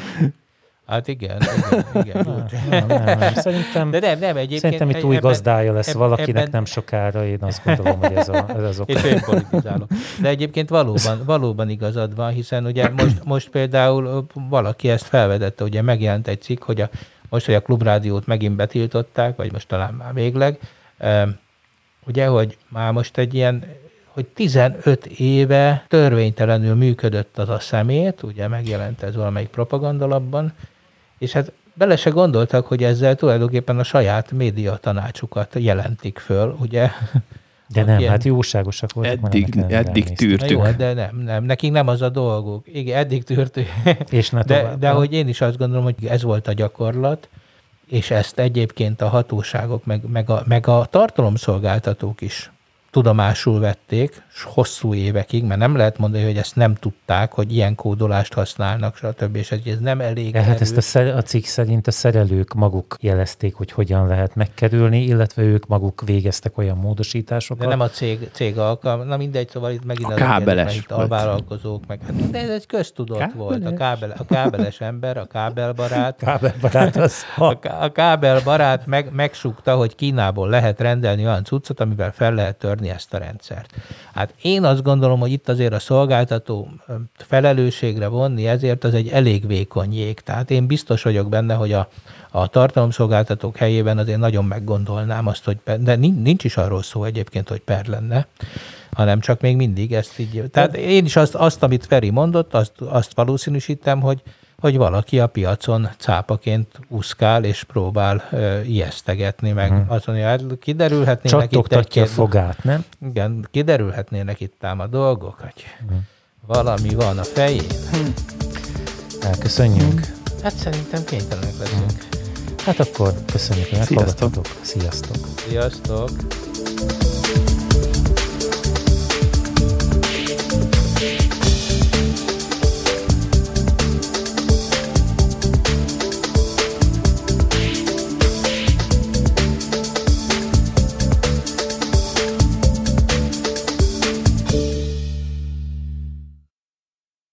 Hát igen, igen, igen. nem, nem, nem. Szerintem, de nem, nem, egyébként, szerintem itt új ebben, gazdája lesz ebben, valakinek ebben, nem sokára, én azt gondolom, hogy ez, a, ez az oka. És én politizálok. De egyébként valóban, valóban igazad van, hiszen ugye most, most például valaki ezt felvedette, ugye megjelent egy cikk, hogy a, most, hogy a Klubrádiót megint betiltották, vagy most talán már végleg, ugye, hogy már most egy ilyen hogy tizenöt éve törvénytelenül működött az a szemét, ugye megjelent ez valamelyik propagandalapban, és hát bele se gondoltak, hogy ezzel tulajdonképpen a saját média tanácsukat jelentik föl, ugye? De nem, ilyen... hát jóságosak voltak. Eddig, eddig tűrtük. Jó, de nem, nem, nekik nem az a dolguk. Igen, eddig tűrtük. És ne de, tovább. De hogy én is azt gondolom, hogy ez volt a gyakorlat, és ezt egyébként a hatóságok, meg, meg, a, meg a tartalomszolgáltatók is tudomásul vették hosszú évekig, mert nem lehet mondani, hogy ezt nem tudták, hogy ilyen kódolást használnak, stb. És ez nem elég De hát ezt a, szer- a cikk szerint a szerelők maguk jelezték, hogy hogyan lehet megkerülni, illetve ők maguk végeztek olyan módosításokat. De nem a cég, cég alkalm, na mindegy, szóval itt megint a az kábeles a alvállalkozók, meg, hát, de ez egy köztudott kábeles. volt. A, kábel, a kábeles ember, a kábelbarát. Kábelbarát az. A, a kábelbarát meg, megsúgta, hogy Kínából lehet rendelni olyan cuccot, amivel fel lehet törni ezt a rendszert. Hát én azt gondolom, hogy itt azért a szolgáltató felelősségre vonni, ezért az egy elég vékony jég. Tehát én biztos vagyok benne, hogy a, a tartalomszolgáltatók helyében azért nagyon meggondolnám azt, hogy per, de nincs is arról szó egyébként, hogy per lenne, hanem csak még mindig ezt így. Tehát én is azt, azt amit Feri mondott, azt, azt valószínűsítem, hogy hogy valaki a piacon cápaként úszkál és próbál uh, ijesztegetni, meg hmm. azt mondja, hát kiderülhetnének itt Csattogtatja a fogát, nem? Igen, kiderülhetnének itt ám a dolgok, hogy hmm. valami van a fején. Hmm. Elköszönjünk. Hát szerintem kénytelenek leszünk. Hmm. Hát akkor köszönjük, hogy meghallgattatok. Sziasztok. Sziasztok.